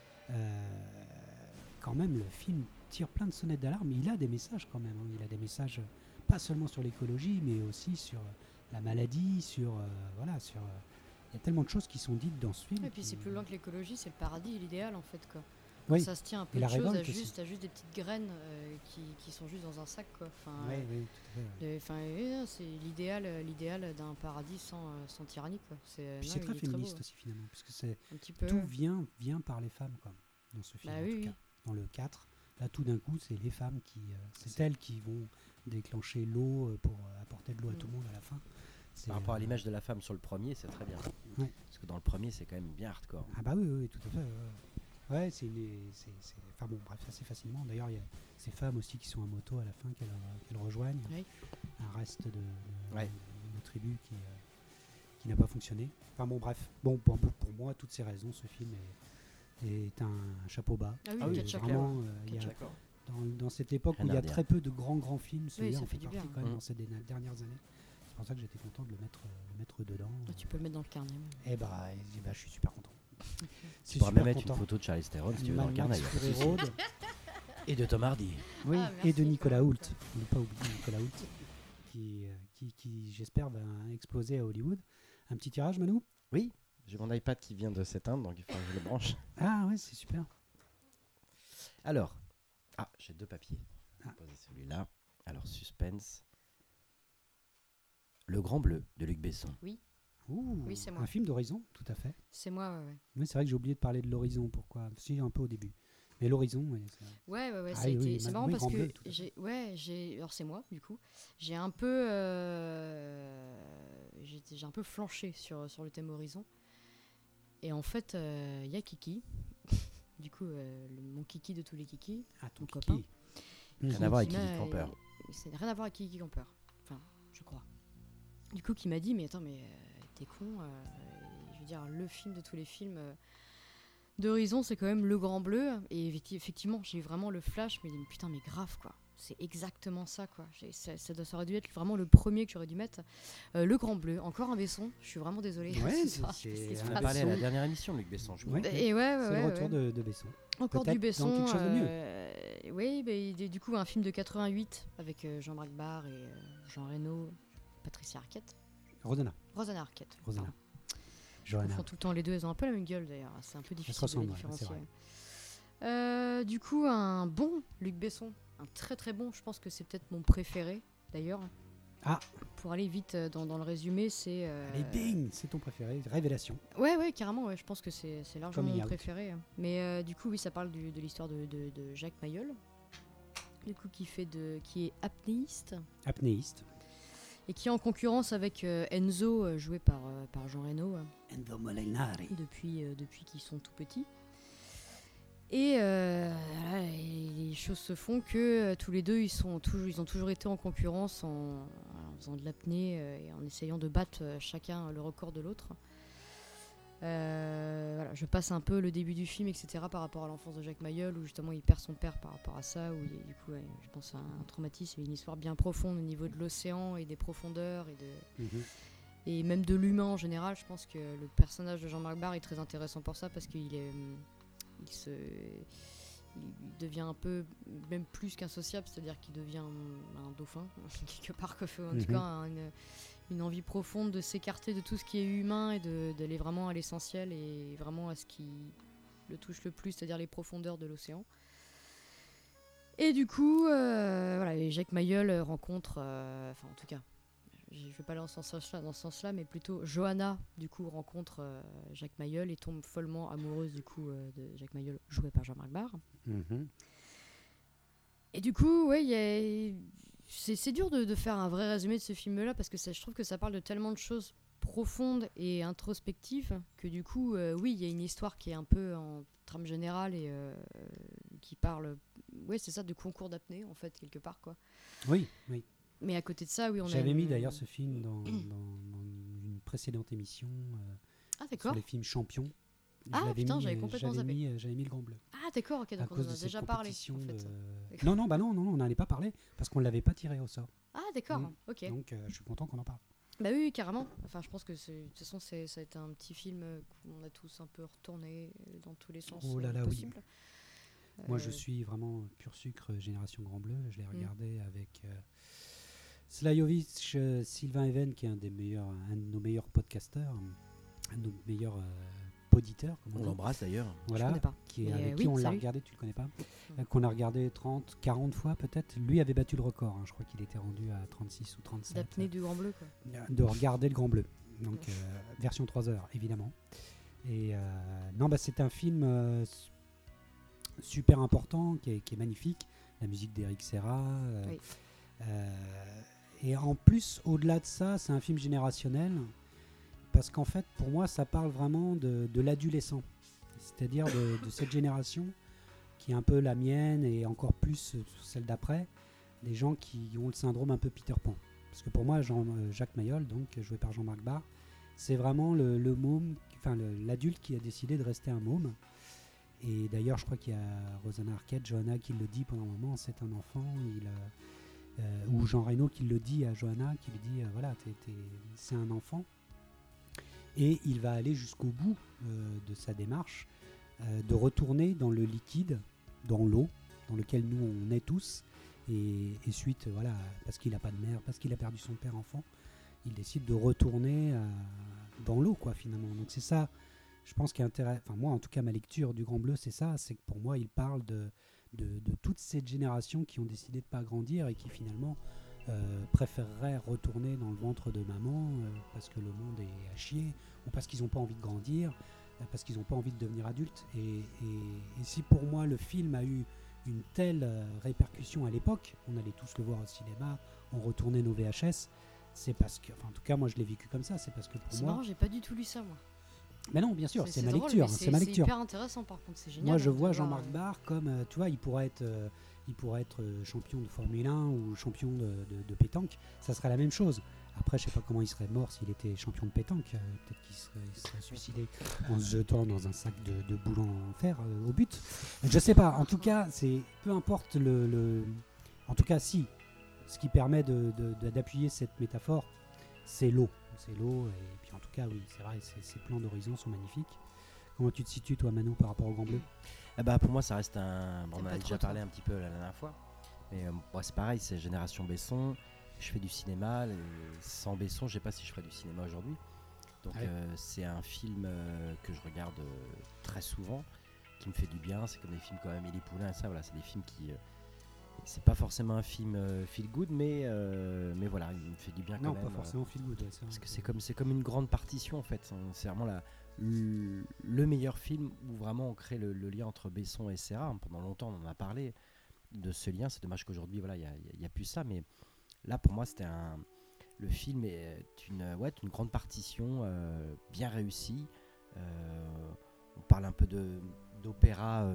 Quand même, le film tire plein de sonnettes d'alarme. Il a des messages quand même. Hein. Il a des messages pas seulement sur l'écologie, mais aussi sur la maladie, sur il y a tellement de choses qui sont dites dans ce film. Et puis c'est plus loin que l'écologie, c'est le paradis et l'idéal en fait quoi. Oui. Ça se tient un peu Et la de choses à révolte juste des petites graines qui sont juste dans un sac quoi. Enfin, Oui, tout à fait. c'est l'idéal d'un paradis sans tyrannie quoi. Puis non, c'est il très est féministe beau, aussi finalement, puisque c'est un petit peu. tout vient par les femmes quoi, dans ce film. Bah en oui, tout oui. cas. Dans le 4, là tout d'un coup, c'est les femmes c'est elles qui vont déclencher l'eau pour apporter de l'eau à tout le monde à la fin. C'est, Par rapport à l'image de la femme sur le premier, c'est très bien. Ouais. Parce que dans le premier, c'est quand même bien hardcore. Ah bah oui, tout à fait. Ouais, enfin bon, bref, assez facilement. D'ailleurs, il y a ces femmes aussi qui sont à moto à la fin qu'elles rejoignent. Oui. Un reste de Ouais. tribu qui n'a pas fonctionné. Enfin bon, bref. Bon, pour moi, toutes ces raisons, ce film est un chapeau bas. Ah oui, Ah oui, quatre c'est chapeaux. Vraiment, il y a- D'accord. dans cette époque où Rien il y à a redire. très peu de grands films, celui-là ça en fait fait du partie bien. quand même Mm. dans ces dernières années. C'est pour ça que j'étais content de le mettre dedans. Ah, tu peux le mettre dans le carnet. même. Et bah, je suis super content. Tu pourras même mettre une photo de Charlize Theron si tu veux dans le Mad carnet. Max y a pas de Fury souci. Road. Et de Tom Hardy. Oui, Ah, et de merci. Nicolas Hoult. Ne pas oublier Nicolas Hoult. qui j'espère, va exploser à Hollywood. Un petit tirage, Manu? Oui, j'ai mon iPad qui vient de s'éteindre, donc il faut que je le branche. Ah ouais, c'est super. Alors, j'ai 2 papiers. Je Ah. vais poser celui-là. Alors, suspense. Le Grand Bleu de Luc Besson. Ouh, Oui, c'est moi. un film d'Horizon, tout à fait. C'est moi, ouais. Oui, c'est vrai que j'ai oublié de parler de l'Horizon. Pourquoi? Si, un peu au début. Mais l'Horizon, oui. Ouais, Ah ça a oui, été- oui, c'est oui, marrant parce Grand que Bleu, tout à fait. alors c'est moi du coup, j'ai un peu j'ai un peu flanché sur le thème Horizon. Et en fait, il y a Kiki, du coup mon Kiki de tous les Kiki, Ah, ton mon kiki. copain. Rien à voir avec qui Kiki m'a- Camper. Ça n'a rien à voir avec Kiki Camper, enfin je crois. Du coup qui m'a dit mais attends mais t'es con, je veux dire le film de tous les films d'Horizon, c'est quand même Le Grand Bleu. Et effectivement, j'ai eu vraiment le flash. Mais putain, mais grave, quoi. C'est exactement ça, quoi. Ça aurait dû être vraiment le premier que j'aurais dû mettre. Le Grand Bleu, encore un Besson. Je suis vraiment désolée. Ouais, ce c'est- soir, je sais pas ce qui se c'est On a passe. parlé à la dernière émission, Luc Besson, je crois. Oui. Et ouais, C'est le retour de Besson. encore peut-être du Besson. dans quelque chose de mieux. Oui, du coup, un film de 88 avec Jean-Marc Barr et Jean Reno, Patricia Arquette. Rosanna. Rosanna Arquette. Rosanna. pardon. Ils Johanna. font tout le temps les deux, elles ont un peu la même gueule d'ailleurs, c'est un peu difficile de ressemblent, les ouais, c'est différencier. vrai. Du coup, un bon Luc Besson, un très très bon, je pense que c'est peut-être mon préféré d'ailleurs. Ah. Pour aller vite dans le résumé, c'est... Allez, bing, c'est ton préféré. Révélation. Ouais, carrément, ouais, je pense que c'est largement Coming mon out. préféré. Mais du coup, oui, ça parle de l'histoire de Jacques Mayol, du coup, qui est apnéiste. Apnéiste. Et qui est en concurrence avec Enzo, joué par Jean Reno, Enzo Molinari. depuis qu'ils sont tout petits. Et voilà, les choses se font que tous les deux, ils ont toujours été en concurrence en faisant de l'apnée et en essayant de battre chacun le record de l'autre. Voilà, je passe un peu le début du film, etc., par rapport à l'enfance de Jacques Mayol, où justement il perd son père par rapport à ça, où il y a, du coup, je pense à un traumatisme et une histoire bien profonde au niveau de l'océan et des profondeurs et même de l'humain en général. Je pense que le personnage de Jean-Marc Barr est très intéressant pour ça, parce qu'il devient un peu, même plus qu'insociable, c'est-à-dire qu'il devient un dauphin, quelque part, en tout cas une envie profonde de s'écarter de tout ce qui est humain et d'aller vraiment à l'essentiel et vraiment à ce qui le touche le plus, c'est-à-dire les profondeurs de l'océan. Et du coup, voilà, et Jacques Mayol rencontre, enfin en tout cas, je ne vais pas aller dans ce sens-là, mais plutôt Johanna, du coup, rencontre Jacques Mayol et tombe follement amoureuse, du coup, de Jacques Mayol, joué par Jean-Marc Barr. Et du coup, ouais, c'est dur de faire un vrai résumé de ce film-là, parce que je trouve que ça parle de tellement de choses profondes et introspectives que du coup, oui, il y a une histoire qui est un peu en trame générale et qui parle, ouais, c'est ça, de concours d'apnée, en fait, quelque part, quoi. Oui. Mais à côté de ça, oui, on a... J'avais mis d'ailleurs ce film dans une précédente émission Ah, sur d'accord. les films champions. Ah, Je l'avais putain, mis, j'avais complètement zappé. J'avais mis Le Grand Bleu. Ah, d'accord, ok, À donc on cause en de a cette déjà parlé, compétition en fait. de- Non, on n'en avait pas parlé parce qu'on ne l'avait pas tiré au sort. Ah, d'accord, Mm. ok. Donc je suis content qu'on en parle. Bah oui, carrément. Enfin, je pense que de toute façon, ça a été un petit film qu'on a tous un peu retourné dans tous les sens Oh là là, oui. possibles. Moi, je suis vraiment pur sucre Génération Grand Bleu. Je l'ai Mm. regardé avec Slajovic, Sylvain Even, qui est un de nos meilleurs podcasteurs, un de nos meilleurs poditeurs, comme on On dit. l'embrasse d'ailleurs. Je Voilà, connais pas. avec Mais, qui oui, on l'a salut. regardé, tu le connais pas, qu'on a regardé 30, 40 fois peut-être. Lui avait battu le record, hein. Je crois qu'il était rendu à 36 ou 37. D'apnée du Grand Bleu, quoi. De regarder le Grand Bleu. Donc version 3 heures, évidemment. Et non, c'est un film super important, qui est magnifique. La musique d'Eric Serra. Oui. Et en plus, au-delà de ça, c'est un film générationnel. Parce qu'en fait, pour moi, ça parle vraiment de l'adolescent. C'est-à-dire de cette génération qui est un peu la mienne et encore plus celle d'après. Des gens qui ont le syndrome un peu Peter Pan. Parce que pour moi, Jacques Mayol, donc joué par Jean-Marc Barr, c'est vraiment le môme, enfin l'adulte qui a décidé de rester un môme. Et d'ailleurs, je crois qu'il y a Rosanna Arquette, Johanna, qui le dit pendant un moment, c'est un enfant. Ou Jean Reno qui le dit à Johanna, qui lui dit, voilà, c'est un enfant. Et il va aller jusqu'au bout de sa démarche, de retourner dans le liquide, dans l'eau, dans lequel nous on est tous, Et suite, voilà, parce qu'il n'a pas de mère, parce qu'il a perdu son père enfant, il décide de retourner dans l'eau, quoi, finalement. Donc c'est ça, je pense, qui est intéressant. Enfin, moi, en tout cas, ma lecture du Grand Bleu, c'est ça. C'est que pour moi, il parle de toute cette génération qui ont décidé de ne pas grandir et qui finalement préféreraient retourner dans le ventre de maman parce que le monde est à chier, ou parce qu'ils n'ont pas envie de grandir, parce qu'ils n'ont pas envie de devenir adultes. Et si pour moi le film a eu une telle répercussion à l'époque, on allait tous le voir au cinéma, on retournait nos VHS, c'est parce que, enfin en tout cas moi je l'ai vécu comme ça, c'est parce que pour C'est moi... marrant, j'ai pas du tout lu ça, moi. Mais non, bien sûr, c'est ma drôle, lecture, mais c'est ma lecture. C'est hyper intéressant, par contre, c'est génial. Moi, je de vois voir, Jean-Marc Barr comme, tu vois, il pourrait être champion de Formule 1 ou champion de pétanque. Ça serait la même chose. Après, je sais pas comment il serait mort s'il était champion de pétanque. Peut-être qu'il serait suicidé en se jetant dans un sac de boules en fer au but. Je sais pas. En tout cas, c'est peu importe En tout cas, si. Ce qui permet d'appuyer cette métaphore, c'est l'eau. C'est l'eau. Et puis, en tout cas, oui, c'est vrai, ces plans d'horizon sont magnifiques. Comment tu te situes, toi, Mano, par rapport au Grand Bleu ? Pour moi, ça reste un. On en a pas déjà trop, parlé un petit peu la dernière fois. Mais moi, c'est pareil, c'est Génération Besson. Je fais du cinéma. Sans Besson, je sais pas si je ferais du cinéma aujourd'hui. Donc, c'est un film que je regarde très souvent, qui me fait du bien. C'est comme des films comme Amélie Poulain et ça. Voilà, c'est des films qui. C'est pas forcément un film feel good, mais voilà, il me fait du bien quand même. Non, pas forcément feel good. Parce que c'est comme une grande partition en fait. C'est vraiment le meilleur film où vraiment on crée le lien entre Besson et Serra. Pendant longtemps, on en a parlé de ce lien. C'est dommage qu'aujourd'hui, voilà, il y a plus ça. Mais là, pour moi, le film est une grande partition bien réussie. On parle un peu d'opéra.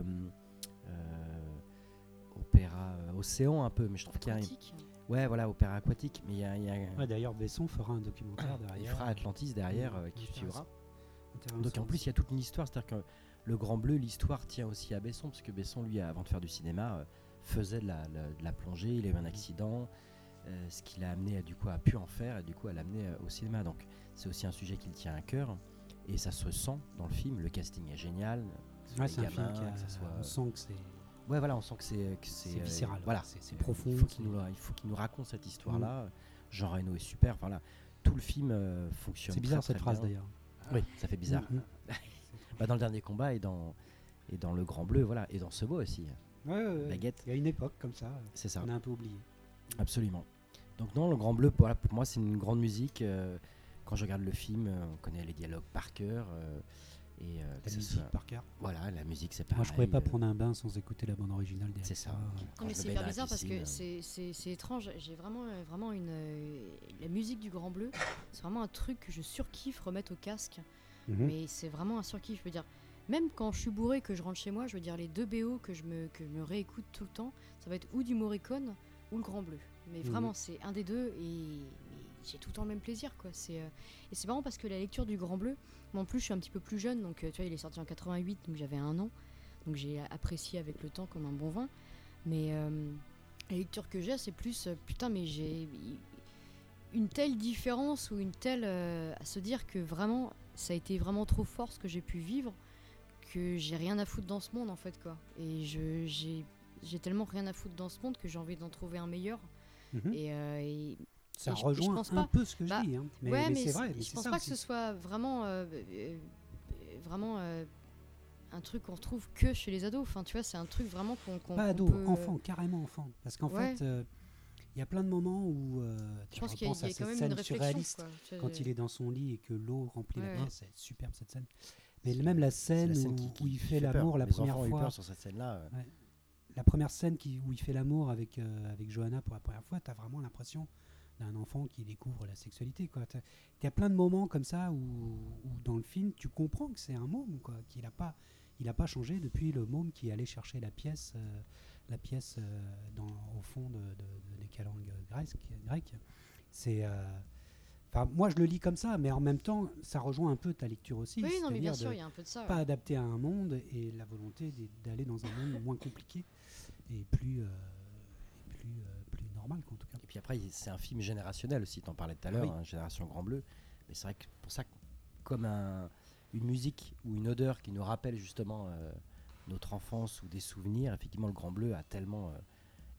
Opéra océan un peu, mais je trouve qu'il y a voilà, opéra aquatique, mais il y a d'ailleurs Besson fera un documentaire derrière. Il fera Atlantis derrière qui suivra. Intéressant. Donc en plus il y a toute une histoire, c'est-à-dire que le Grand Bleu, l'histoire tient aussi à Besson, parce que Besson lui avant de faire du cinéma faisait de la plongée, il a eu un accident, ce qui l'a amené du coup à pu en faire et du coup à l'amener au cinéma. Donc c'est aussi un sujet qui le tient à cœur et ça se sent dans le film. Le casting est génial. C'est un film on sent que c'est... Ouais, voilà, on sent que c'est viscéral. Voilà, c'est profond. Il faut qu'il nous raconte cette histoire-là. Jean Reno est super. Voilà, tout le film fonctionne. C'est bizarre très, cette très phrase bien. d'ailleurs. Oui, ça fait bizarre. Dans le dernier combat et dans le Grand Bleu, voilà, et dans ce mot aussi. Baguette. Il y a une époque comme ça. C'est ça. On a un peu oublié. Absolument. Donc non, le Grand Bleu, voilà, pour moi, c'est une grande musique. Quand je regarde le film, on connaît les dialogues par cœur. Et la musique par cœur. Voilà, la musique c'est pareil. Moi je pourrais pas prendre un bain sans écouter la bande originale des C'est ça. Non, mais c'est hyper bizarre parce que c'est étrange. J'ai vraiment la musique du Grand Bleu, c'est vraiment un truc que je surkiffe remettre au casque. Mais c'est vraiment un surkiff. Je veux dire, même quand je suis bourré que je rentre chez moi, je veux dire les deux BO que je me réécoute tout le temps, ça va être ou du Morricone ou le Grand Bleu. Mais vraiment c'est un des deux et j'ai tout le temps le même plaisir quoi. Et c'est marrant parce que la lecture du Grand Bleu, moi en plus je suis un petit peu plus jeune, donc tu vois il est sorti en 88, donc j'avais 1 an, donc j'ai apprécié avec le temps comme un bon vin. Mais la lecture que j'ai, c'est plus putain mais j'ai une telle différence ou une telle à se dire que vraiment ça a été vraiment trop fort ce que j'ai pu vivre que j'ai rien à foutre dans ce monde en fait quoi. Et j'ai tellement rien à foutre dans ce monde que j'ai envie d'en trouver un meilleur. Et ça rejoint un peu ce que je dis, hein. mais c'est vrai. Je pense pas que ce soit vraiment, un truc qu'on retrouve que chez les ados. Enfin, tu vois, c'est un truc vraiment qu'on pas ado, enfant, carrément enfant. Parce qu'en fait, il y a plein de moments où je pense qu'il y a quand même une réflexion surréaliste quand il est dans son lit et que l'eau remplit la main. C'est superbe cette scène. Mais même la scène où il fait l'amour la première fois. Les enfants ont eu peur sur cette scène-là. La première scène où il fait l'amour avec Johanna pour la première fois, tu as vraiment l'impression d'un enfant qui découvre la sexualité. Il y a plein de moments comme ça où dans le film, tu comprends que c'est un môme, quoi, qu'il n'a pas changé depuis le môme qui allait chercher la pièce au fond des calanques grecques. Moi, je le lis comme ça, mais en même temps, ça rejoint un peu ta lecture aussi. Oui, non, mais bien sûr, il y a un peu de ça. Pas adapté à un monde et la volonté d'aller dans un monde moins compliqué et plus normal, en tout cas. Et puis après, c'est un film générationnel aussi. Tu en parlais tout à l'heure, Génération Grand Bleu. Mais c'est vrai que pour ça, comme une musique ou une odeur qui nous rappelle justement notre enfance ou des souvenirs, effectivement, le Grand Bleu a tellement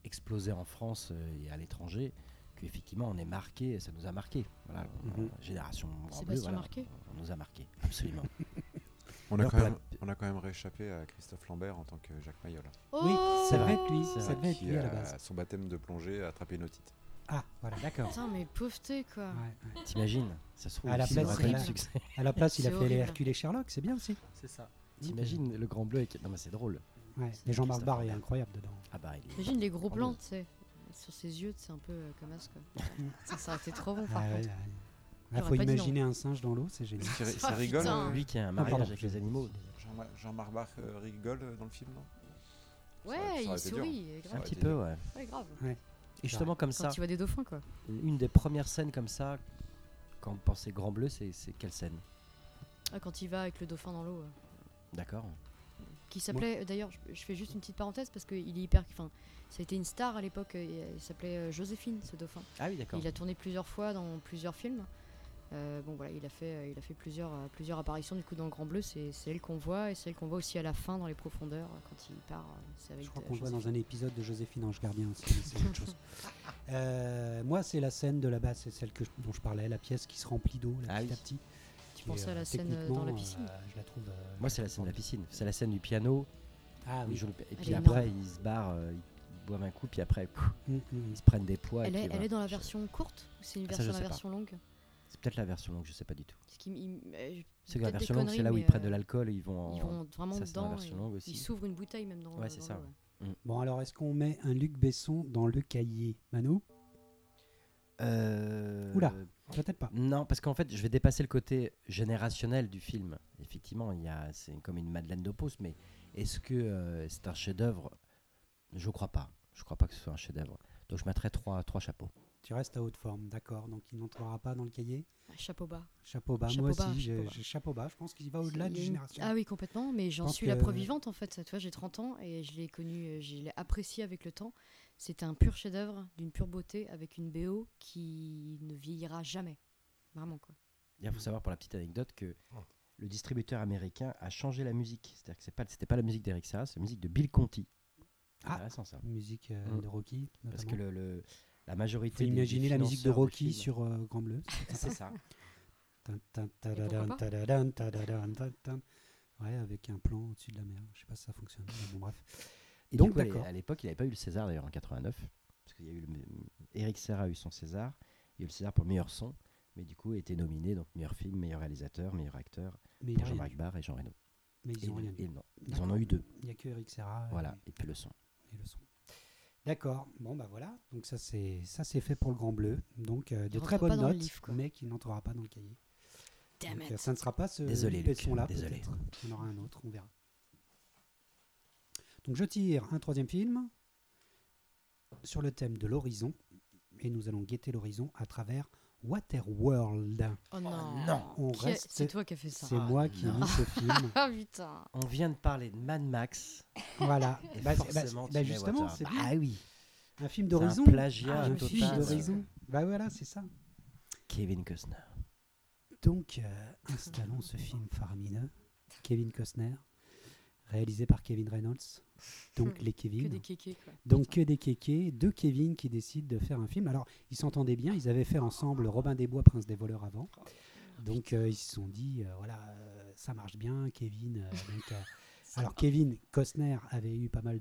explosé en France et à l'étranger, qu'effectivement on est marqué, ça nous a marqué. Voilà, génération Grand Bleu, Sébastien voilà, Marquet. on nous a marqué, absolument. On a, Alors, quand pour même, on a quand même réchappé à Christophe Lambert en tant que Jacques Mayol. Oui, c'est vrai que lui, C'est ça vrai. devait être Qui, lui à la à base. son baptême de plongée, a attrapé une otite. Ah, voilà, d'accord. Putain, mais pauvreté quoi. Ouais, ouais. T'imagines, ça se trouve, À la le film place, aurait pas eu de c'est succès. À la place, il a C'est fait les horrible. Hercule et Sherlock, c'est bien aussi. C'est ça. T'imagines le Grand Bleu avec... Non mais c'est drôle. Ouais, les Jean-Marc Christophe Barr est Lambert. incroyable dedans. Ah bah il est... T'imagines les gros Grand plans, Bleu. tu sais. Sur ses yeux, c'est un peu comme as quoi. Ça aurait été trop bon par Ah, ouais, contre. ouais. J'aurais Faut pas dit imaginer un singe dans l'eau, c'est génial. Ça Ah, rigole putain. Lui qui a un pardon. mariage avec les animaux. Jean-Marc Barr rigole dans le film, non? Ouais, Ça aurait il été dur. sourit, Un grave. Ouais, petit t'es peu, dur. ouais. Ouais, grave. Et justement comme ça, Quand il voit des dauphins quoi. une des premières scènes comme ça, quand vous pensez Grand Bleu, c'est quelle scène? Ah, quand il va avec le dauphin dans l'eau. D'accord. Qui s'appelait, d'ailleurs, je fais juste une petite parenthèse parce qu'il est hyper. Enfin, ça a été une star à l'époque. Il s'appelait Joséphine, ce dauphin. Ah oui, d'accord. Il a tourné plusieurs fois dans plusieurs films. Bon voilà, il a fait plusieurs apparitions du coup dans le Grand Bleu. C'est elle qu'on voit et c'est elle qu'on voit aussi à la fin dans les profondeurs quand il part. C'est avec Je crois qu'on le voit Joséphine. dans un épisode de Joséphine Ange Gardien aussi, mais c'est autre chose. Moi, c'est la scène de la base, c'est celle dont je parlais, la pièce qui se remplit d'eau Ah petit oui. à petit. Tu qui pensais est, à la scène dans techniquement, la piscine Je la trouve. Moi, c'est la scène de la piscine. C'est la scène du piano. Ah Où oui. ils jouent le- Et Elle puis est après, ils se barrent, ils boivent un coup, puis après, ils se prennent des poids. et Elle puis est, voilà. elle est dans la version courte ou c'est une Ah, ça, version je la sais pas. version longue C'est peut-être la version longue, je sais pas du tout. Parce qu'il- il- C'est que peut-être la des version longue, c'est là où conneries, ils mais, prennent de l'alcool et ils vont en... Ils vont vraiment ça, c'est dans la dedans. version et longue aussi. Ils s'ouvrent une bouteille même dans. Ouais, c'est dans ça, l'eau, ouais. Bon, alors, est-ce qu'on met un Luc Besson dans le cahier, Manu? Oula. Peut-être pas. Non, parce qu'en fait, je vais dépasser le côté générationnel du film. Effectivement, c'est comme une Madeleine de Proust, mais est-ce que c'est un chef-d'œuvre? Je crois pas. Je crois pas que ce soit un chef-d'œuvre. Donc je mettrais trois chapeaux. Tu restes à haute forme, d'accord. Donc, il n'entrera pas dans le cahier. Chapeau bas. Chapeau bas. Chapeau Moi bas, aussi, chapeau bas. j'ai chapeau bas. Je pense qu'il va au-delà Il du y a une- génération. Ah oui, complètement, mais j'en pense suis la que- preuve vivante en fait. Tu vois, j'ai 30 ans et je l'ai connu, je l'ai apprécié avec le temps. C'était un pur chef-d'œuvre, d'une pure beauté, avec une BO qui ne vieillira jamais. Vraiment quoi. Il faut savoir pour la petite anecdote que le distributeur américain a changé la musique. C'est-à-dire que c'était pas la musique d'Eric Serra, c'est la musique de Bill Conti. C'est Ah. intéressant ça. Musique de Rocky. Parce notamment. que la Faut majorité des imaginer la musique de financeurs du Rocky film- sur Grand Bleu. C'est ça. Tan, tan, pourquoi tadadan, pas tadadan, tadadan, tadadan. Ouais, avec un plan au-dessus de la mer. Je sais pas si ça fonctionne. Mais bon, bref. Et Donc, du coup, d'accord. à l'époque, il n'avait pas eu le César d'ailleurs en 89. Parce qu'il y a eu Eric Serra a eu son César. Il y a eu le César pour le meilleur son. Mais du coup, il a été nominé donc meilleur film, meilleur réalisateur, meilleur acteur Mais ils pour ont rien Jean-Marc eu. Barr et Jean Reno. Mais ils ont rien eu. Et non, ils en ont eu deux. Il n'y a que Eric Serra Voilà, et puis le son. et le son. D'accord. Bon, bah voilà. Donc, ça, c'est fait pour le Grand Bleu. Donc, de Il très rentre pas bonnes dans le notes, livre, quoi. mais qui n'entrera pas dans le cahier. Damn Donc, it. ça ne sera pas ce Désolé, Luc, Besson-là, désolé. peut-être. Il y en aura un autre, on verra. Donc, je tire un troisième film sur le thème de l'horizon. Et nous allons guetter l'horizon à travers Waterworld. Oh non. non. On Qui a- reste- C'est toi qui as fait ça. C'est moi qui ai non. mis ce film. Ah putain. On vient de parler de Mad Max. Voilà. Et Bah, forcément, tu mets justement, Water. c'est bien. Ah oui, Un film c'est un d'horizon. plagiat Ah, je me suis Film dit, total. d'horizon. Bah voilà, c'est ça. Kevin Costner. Donc, installons ce film faramineux. Kevin Costner, réalisé par Kevin Reynolds. Donc, les Que Kevin. des kékés quoi. Donc, que des kékés, deux Kevin qui décident de faire un film. Alors, ils s'entendaient bien, ils avaient fait ensemble Robin des Bois, Prince des voleurs avant. Donc, ils se sont dit, voilà, ça marche bien, Kevin. Alors, Kevin Costner avait eu pas mal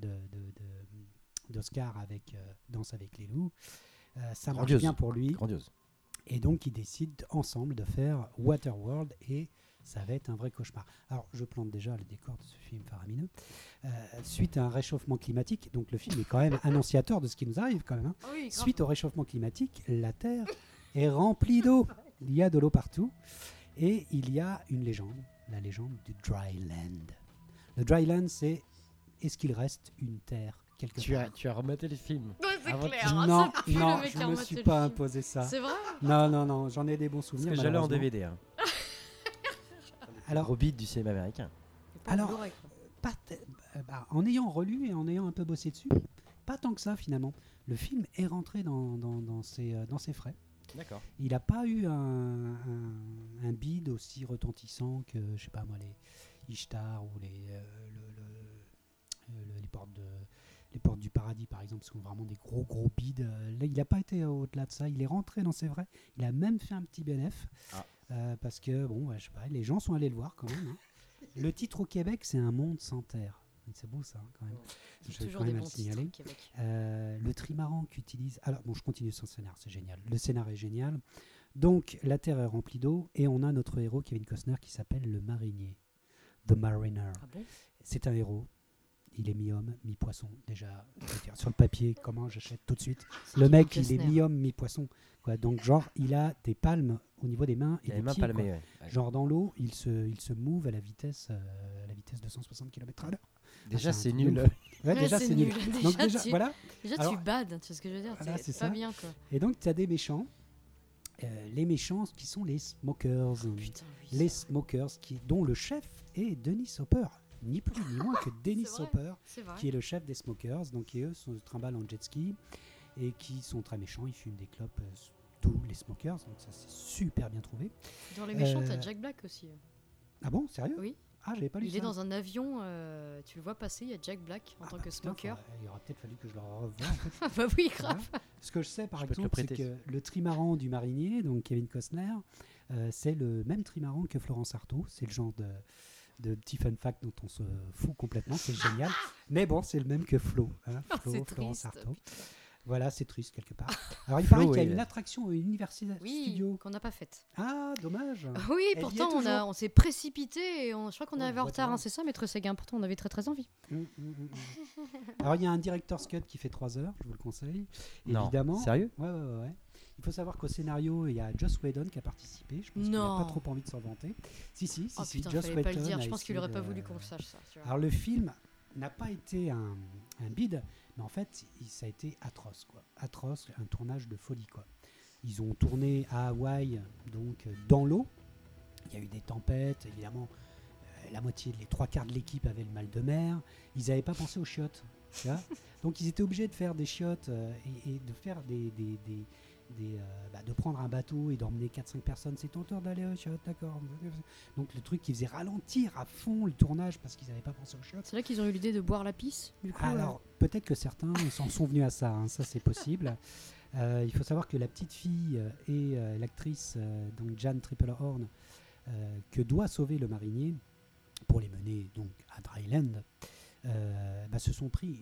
d'Oscars avec Danse avec les loups. Ça marche Grandiose. bien pour lui. Grandiose. Et donc, ils décident ensemble de faire Waterworld et ça va être un vrai cauchemar. Alors, je plante déjà le décor de ce film faramineux. Suite à un réchauffement climatique, donc le film est quand même annonciateur de ce qui nous arrive quand même. Hein. Ah oui, grave. Suite au réchauffement climatique, la Terre est remplie d'eau. Il y a de l'eau partout. Et il y a une légende, la légende du Dry Land. Le Dry Land, c'est est-ce qu'il reste une terre quelque part Tu as rematé le film. Ouais, c'est Avant- clair. Non, c'est plus non, le mec je qui a me rematé suis le pas film. imposé ça. C'est vrai. Non, non, non, j'en ai des bons Parce souvenirs. que j'allais en malheureusement. DVD. Hein. Alors, Gros beat du cinéma américain. Et pas en Alors, Blu-ray, quoi. en ayant relu et en ayant un peu bossé dessus, pas tant que ça finalement. Le film est rentré dans ses frais. D'accord. Il n'a pas eu un bid aussi retentissant que, je sais pas moi, les Ishtar ou les portes de les portes du paradis, par exemple, sont vraiment des gros bids. Là, il n'a pas été au-delà de ça. Il est rentré dans C'est vrai. Il a même fait un petit bénéf. Parce que, bon, je sais pas, les gens sont allés le voir quand même. Hein. Le titre au Québec, c'est Un monde sans terre. C'est beau ça, hein, quand même. Il y a Je vais toujours quand des même bons le titres signaler. au Québec. Le trimaran qu'utilise... Alors, bon, je continue son scénar, c'est génial. Le scénar est génial. Donc, la Terre est remplie d'eau et on a notre héros, Kevin Costner, qui s'appelle le marinier. The Mariner. Ah bon? C'est un héros. Il est mi-homme, mi-poisson. Déjà, je veux dire, sur le papier, comment j'achète tout de suite. C'est Le Kevin mec, il est Costner. mi-homme, mi-poisson. Quoi. Donc, genre, il a des palmes au niveau des mains et Il a des les mains pieds. palmées. Quoi. Ouais. Genre, dans l'eau, il se move à la vitesse de 160 km/h. Déjà, c'est un c'est truc nul. de fou. Ouais, Ouais, déjà, c'est c'est nul. nul. Donc, Déjà, déjà, tu- voilà. Déjà, Alors- tu bades, tu vois ce que je veux dire? Voilà, C'est c'est pas ça. bien, quoi. Et donc, tu as des méchants. Les méchants qui sont les smokers. Putain, oui. Les smokers, dont le chef est Dennis Hopper. Ni plus ni moins que Dennis C'est vrai. Hopper, C'est vrai. qui est le chef des smokers. Donc, qui eux se trimballent en jet ski et qui sont très méchants. Ils fument des clopes, tous les smokers. Donc, ça, c'est super bien trouvé. Dans les méchants, Euh, t'as Jack Black aussi. Ah bon, sérieux? Oui. Ah, j'avais pas lu Il ça. est dans un avion, tu le vois passer, il y a Jack Black en tant que putain, smoker. il aurait peut-être fallu que je le revoie. En fait. Ah bah oui, grave. Voilà. Ce que je sais, par Je peux te le exemple, c'est prêter. que le trimaran du marinier, donc Kevin Costner, c'est le même trimaran que Florence Artaud. C'est le genre de petit fun fact dont on se fout complètement. C'est génial. Mais bon, c'est le même que Flo. Hein, Oh, Flo, c'est Florence triste. Artaud. Voilà, c'est triste quelque part. Alors, il Flo, paraît qu'il y a oui. une attraction au Universal Oui, Studio. qu'on n'a pas faite. Ah, dommage. Oui, Elle y est pourtant toujours. on s'est précipité et je crois qu'on Oh, est arrivé en on voit retard, bien. hein, c'est ça, Maître Séguin. Pourtant on avait très envie. Alors, il y a un director's cut qui fait 3 heures, je vous le conseille. Non. Évidemment. Sérieux? Ouais. Il faut savoir qu'au scénario, il y a Joss Whedon qui a participé. Je pense qu'il n'a Non. pas trop envie de s'en vanter. Si, Oh putain, Joss fallait pas le Whedon dire. a Je pense qu'il essayé aurait pas de- voulu qu'on le sache ça. Tu vois. Alors, le film n'a pas été un bide, mais en fait, ça a été atroce, quoi. Atroce, un tournage de folie, quoi. Ils ont tourné à Hawaï, donc dans l'eau. Il y a eu des tempêtes, évidemment. Les 3/4 de l'équipe avaient le mal de mer. Ils n'avaient pas pensé aux chiottes. Tu vois. Donc ils étaient obligés de faire des chiottes et de faire de prendre un bateau et d'emmener 4-5 personnes. C'est ton tour d'aller aux chiottes, d'accord. Donc le truc qui faisait ralentir à fond le tournage parce qu'ils n'avaient pas pensé aux chiottes. C'est là qu'ils ont eu l'idée de boire la pisse. Du coup, Alors, peut-être que certains s'en sont venus à ça, hein, ça c'est possible. Il faut savoir que la petite fille et l'actrice, donc Jan Triplehorn, que doit sauver le marinier pour les mener donc à Dryland, se sont pris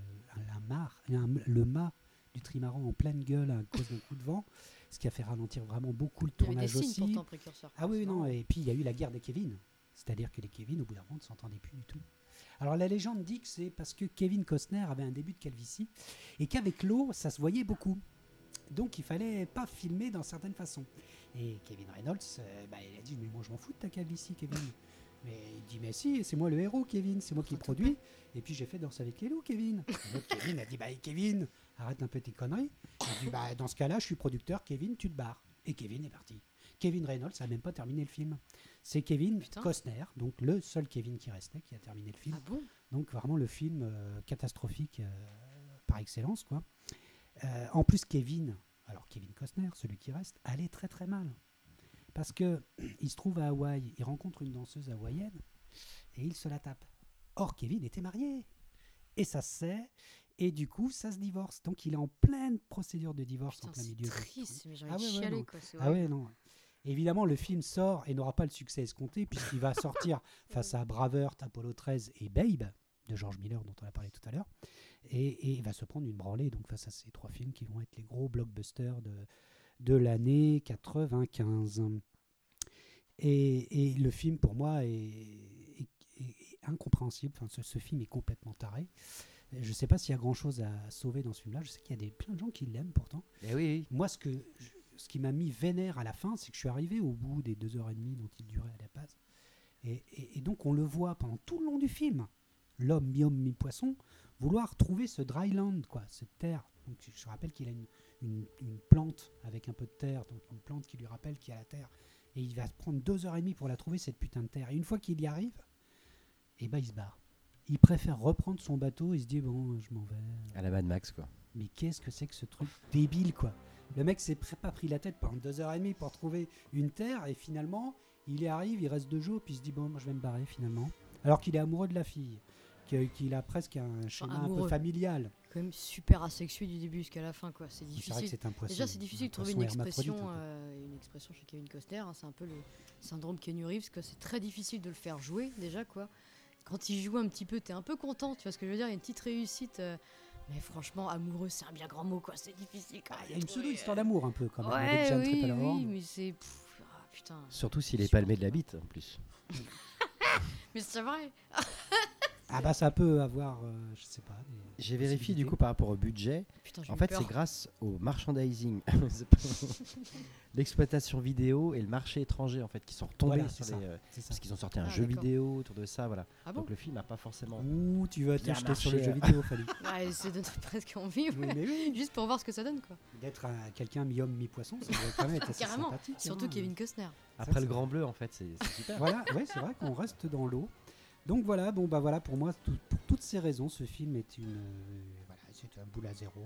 le mât du trimaran en pleine gueule à cause d'un coup de vent, ce qui a fait ralentir vraiment beaucoup le il y avait des tournage signes aussi. pourtant précurseurs. Ah oui, non, et puis il y a eu la guerre des Kevin. C'est-à-dire que les Kevin, au bout d'un moment, ne s'entendaient plus du tout. Alors la légende dit que c'est parce que Kevin Costner avait un début de calvitie et qu'avec l'eau, ça se voyait beaucoup. Donc il fallait pas filmer dans certaines façons. Et Kevin Reynolds, il a dit, mais moi je m'en fous de ta calvitie, Kevin. Mais il dit, mais si, c'est moi le héros, Kevin, c'est moi qui produis. Et puis j'ai fait Danse avec les loups, Kevin. Et l'autre Kevin a dit, Kevin, arrête un peu tes conneries. Il dit, dans ce cas-là, je suis producteur, Kevin, tu te barres. Et Kevin est parti. Kevin Reynolds n'a même pas terminé le film. C'est Kevin Putain. Costner, donc le seul Kevin qui restait, qui a terminé le film. Ah bon? Donc vraiment le film catastrophique par excellence, quoi. En plus, Kevin Costner, celui qui reste, allait très très mal. Parce que il se trouve à Hawaï, il rencontre une danseuse hawaïenne et il se la tape. Or, Kevin était marié. Et ça se sait. Et du coup, ça se divorce. Donc, il est en pleine procédure de divorce Putain, en plein c'est milieu. triste, mais j'ai Ah envie de ouais, ouais, chialer non. quoi. C'est Ah horrible. ouais, non. Évidemment, le film sort et n'aura pas le succès escompté puisqu'il va sortir face à Braveheart, Apollo 13 et Babe de George Miller dont on a parlé tout à l'heure. Et il va se prendre une branlée donc face à ces 3 films qui vont être les gros blockbusters de l'année 95. Et le film, pour moi, est incompréhensible. Enfin, ce film est complètement taré. Je ne sais pas s'il y a grand-chose à sauver dans ce film-là. Je sais qu'il y a plein de gens qui l'aiment pourtant. Eh oui. Moi, ce qui m'a mis vénère à la fin, c'est que je suis arrivé au bout des 2h30 dont il durait à la base. Et donc, on le voit pendant tout le long du film. L'homme mi-homme, mi-poisson, vouloir trouver ce dry land, quoi, cette terre. Donc, je rappelle qu'il a une plante avec un peu de terre, donc une plante qui lui rappelle qu'il y a la terre. Et il va se prendre 2h30 pour la trouver, cette putain de terre. Et une fois qu'il y arrive, il se barre. Il préfère reprendre son bateau et se dit, bon, je m'en vais. À la Mad Max, quoi. Mais qu'est-ce que c'est que ce truc débile, quoi. Le mec s'est pas pris la tête pendant 2h30 pour trouver une terre et finalement, il y arrive, il reste 2 jours, puis il se dit, bon, moi je vais me barrer finalement. Alors qu'il est amoureux de la fille, qu'il a presque un schéma un peu amoureux. familial. Quand même super asexué du début jusqu'à la fin, quoi. C'est C'est vrai que difficile. c'est un poisson. Déjà, c'est difficile de trouver un poisson hermaphrodite, un peu. une expression chez Kevin Costner. Hein. C'est un peu le syndrome Keanu Reeves, quoi. C'est très difficile de le faire jouer, déjà, quoi. Quand il joue un petit peu, t'es un peu content, tu vois ce que je veux dire. Il y a une petite réussite. Mais franchement, amoureux, c'est un bien grand mot, quoi. C'est difficile, quand même. Il y a une pseudo-histoire d'amour un peu quand même. avec Ouais, Jeanne oui, Tripplehorn. oui, mais c'est... putain. Surtout s'il est palmé de la bite en plus. Mais c'est vrai. Ah bah ça peut avoir, je sais pas. J'ai vérifié du coup par rapport au budget. Putain, j'ai En eu fait, peur. c'est grâce au merchandising, c'est pas- l'exploitation vidéo et le marché étranger en fait qui sont retombés Voilà, sur c'est les. ça. C'est ça. Parce qu'ils ont sorti un Ah, jeu d'accord. vidéo autour de ça, voilà. Ah bon. Donc le film n'a pas forcément. Ouh, tu vas Bien t'acheter sur le marché, jeu vidéo, Fali. Ouais, ça donne presque envie, Oui, ouais. mais oui. Juste pour voir ce que ça donne, quoi. D'être quelqu'un mi-homme, mi-poisson, ça doit quand même être assez Carrément. sympathique. Surtout hein. Kevin Costner. Après Ça, le c'est- Grand Bleu, en fait, c'est super. Voilà, ouais, c'est vrai qu'on reste dans l'eau. Donc voilà, bon bah voilà, pour moi, pour toutes ces raisons, ce film est voilà, c'est un boule à zéro.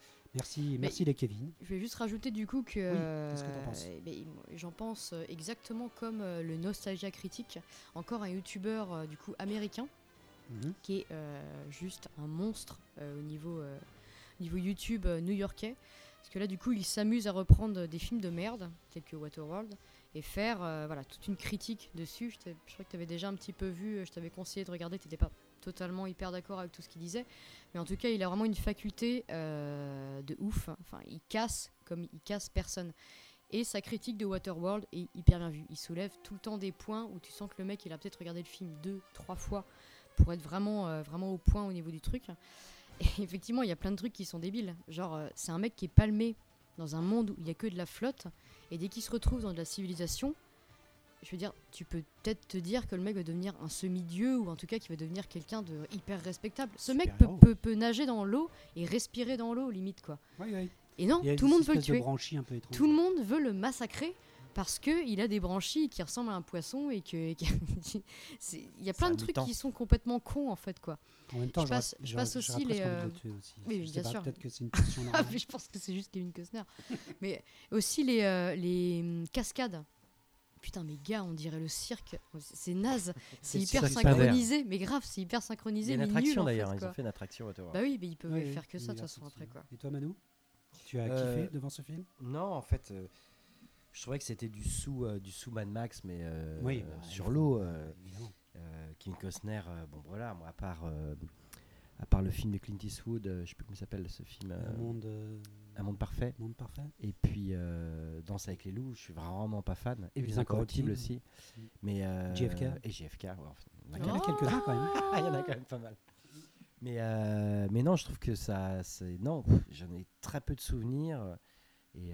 Merci les Kevin. Je vais juste rajouter du coup que qu'est-ce que t'en penses j'en pense exactement comme le Nostalgia Critique, encore un youtubeur du coup américain Mhm. qui est juste un monstre au niveau YouTube new-yorkais. Parce que là du coup il s'amuse à reprendre des films de merde tels que Waterworld et faire voilà, toute une critique dessus. Je crois que tu avais déjà un petit peu vu, je t'avais conseillé de regarder, tu n'étais pas totalement hyper d'accord avec tout ce qu'il disait, mais en tout cas il a vraiment une faculté de ouf. Enfin, il casse comme il casse personne, et sa critique de Waterworld est hyper bien vue. Il soulève tout le temps des points où tu sens que le mec il a peut-être regardé le film 2-3 fois pour être vraiment au point au niveau du truc. Et effectivement il y a plein de trucs qui sont débiles, genre c'est un mec qui est palmé dans un monde où il n'y a que de la flotte, et dès qu'il se retrouve dans de la civilisation, je veux dire, tu peux peut-être te dire que le mec va devenir un semi-dieu, ou en tout cas qu'il va devenir quelqu'un de hyper respectable. Ce mec Super-héros. peut nager dans l'eau et respirer dans l'eau, limite, quoi. Oui, oui. Et non, Il y a tout le monde cette veut le espèce de tuer. branchie un peu étrange. Tout le monde veut le massacrer parce qu'il a des branchies qui ressemblent à un poisson et que... Il y a plein un de trucs mutant. qui sont complètement cons, en fait, quoi. En même temps, Je passe j'aurais aussi presque les, envie de le tuer aussi. oui, Je sais bien pas, sûr. peut-être que c'est une question Ah, normale. mais je pense que c'est juste Kevin Costner. Mais aussi les cascades. Putain, mais gars, on dirait le cirque. C'est naze. C'est le hyper cirque synchronisé. Mais grave, c'est hyper Il y synchronisé. a une mais nul, attraction en fait, d'ailleurs, ils quoi. ont fait une attraction Waterworld. Bah oui, mais ils peuvent Oui, faire que ça de toute oui, façon après, quoi. Et toi, Manu, tu as Euh, kiffé devant ce film? Non, en fait, je trouvais que c'était du sous Mad Max, mais Oui, bah, sur l'eau. Évidemment. Kevin Costner, bon voilà, moi à part le film de Clint Eastwood, je sais plus comment il s'appelle ce film, Un monde parfait. monde parfait. Et puis Danse avec les loups, je suis vraiment pas fan. Et Les Les Incorruptibles Incorruptibles. aussi. Mais JFK. Et JFK, ouais, enfin, il y en a Il y en a quand quelques-uns quand même. même. Il y en a quand même pas mal. Mais non, je trouve que ça, c'est non, j'en ai très peu de souvenirs et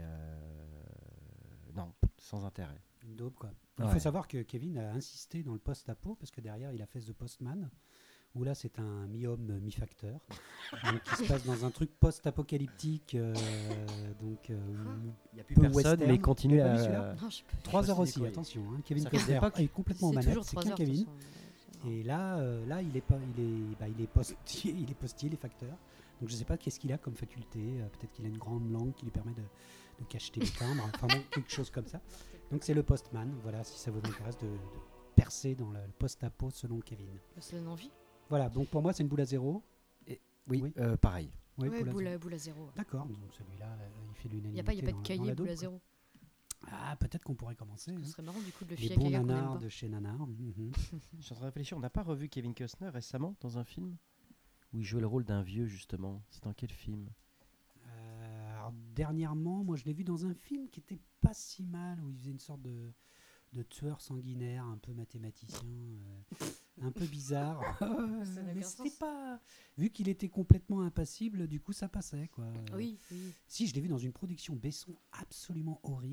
non, sans intérêt. Une daube, quoi. Il Ouais. faut savoir que Kevin a insisté dans le post-apo, parce que derrière, il a fait The Postman, où là, c'est un mi-homme, mi-facteur, donc qui se passe dans un truc post-apocalyptique, donc Il n'y a plus peu personne, western. mais il continue T'as pas vu à. celui-là Non, je sais pas. 3 heures c'est aussi, quoi, attention. Hein, Kevin Ça fait Costner l'époque. est complètement en C'est manette, toujours c'est 3 qu'un heures. Kevin. de toute façon. Et là, il est postier, il est postier, les facteurs. Donc je sais pas qu'est-ce qu'il a comme faculté. Peut-être qu'il a une grande langue qui lui permet de cacheter les timbres. Enfin bon, quelque chose comme ça. Donc c'est le Postman. Voilà, si ça vous intéresse de percer dans le post-apo selon Kevin. Ça donne envie. Voilà, donc pour moi c'est une boule à zéro. Oui, Oui. pareil. Oui, Ouais, boule à zéro. boule à zéro. ouais. D'accord, donc celui-là, il fait Il n'y l'unanimité. a pas de dans la cahier boule à dope, zéro. quoi. Ah, peut-être qu'on pourrait commencer. Ce hein. serait marrant du coup de le Les filer à bons quelqu'un qu'on aime nanars pas. de chez Nanar. Mhm. Je suis en train de réfléchir, on n'a pas revu Kevin Costner récemment dans un film où il jouait le rôle d'un vieux justement. C'est dans quel film? Alors, dernièrement, moi je l'ai vu dans un film qui était pas si mal, où il faisait une sorte de tueur sanguinaire, un peu mathématicien, un peu bizarre. Ça n'a Mais aucun c'était sens. pas. Vu qu'il était complètement impassible, du coup ça passait, quoi. Oui, oui. Si, je l'ai vu dans une production Besson absolument horrible.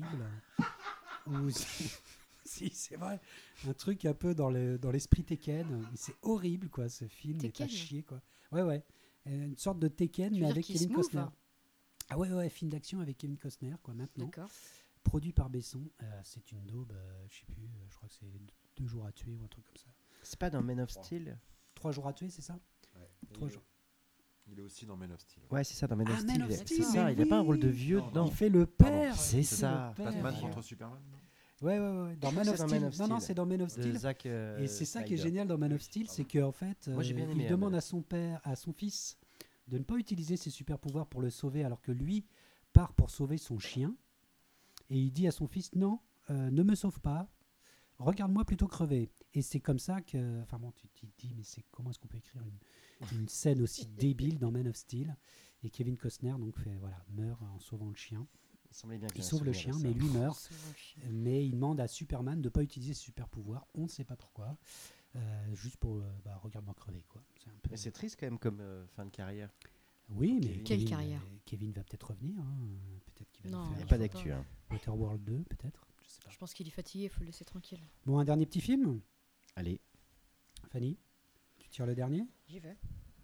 où si, c'est vrai. Un truc un peu dans l'esprit Tekken. Mais c'est horrible, quoi, ce film. Il est à Tekken chier, quoi. Ouais. Une sorte de Tekken, Tu veux mais dire avec qu'il Kevin se move, Costner. hein. Ah ouais, film d'action avec Kevin Costner, quoi, maintenant. D'accord. Produit par Besson. C'est une daube, je sais plus, je crois que c'est 2 jours à tuer ou un truc comme ça. C'est pas dans Man of Steel? 3 jours à tuer, c'est ça? Ouais. 3 jours. Il est aussi dans Man of Steel. Ouais, c'est ça, dans Man of Ah, Steel. Man of C'est Steel, ça, mais il n'a pas un rôle de oui. vieux Non, dedans. Il fait le Pardon. père. C'est il fait ça. le père. Batman contre Superman, non Ouais. Dans Man C'est of dans Steel. Man of Non, Steel. c'est dans Man of de Steel. Zack Et c'est ça qui est Snyder. génial dans Man of Steel, c'est qu'en fait, Moi, j'ai bien aimé, il demande Man à son fils de ne pas utiliser ses super pouvoirs pour le sauver, alors que lui part pour sauver son chien. Et il dit à son fils, non, ne me sauve pas, regarde-moi plutôt crever. Et c'est comme ça que, enfin bon, tu te dis, mais comment est-ce qu'on peut écrire une scène aussi débile dans Man of Steel? Et Kevin Costner donc meurt en sauvant le chien. Il semblait bien que Il j'ai un sauve le souvenir chien, de mais ça. lui meurt. Souvent, je suis- Mais il demande à Superman de ne pas utiliser ses super pouvoirs. On ne sait pas pourquoi. Juste pour regarde-moi crever, quoi. C'est un peu... Mais c'est triste quand même comme fin de carrière. Oui, mais Kevin. Quelle Kevin, carrière. Kevin va peut-être revenir. Peut-être qu'il va Non, nous Il n'y a faire pas je sais d'actu. pas. Hein. Waterworld 2, peut-être. Je sais pas. Je pense qu'il est fatigué, il faut le laisser tranquille. Bon, un dernier petit film. Allez. Fanny, tu tires le dernier? J'y vais.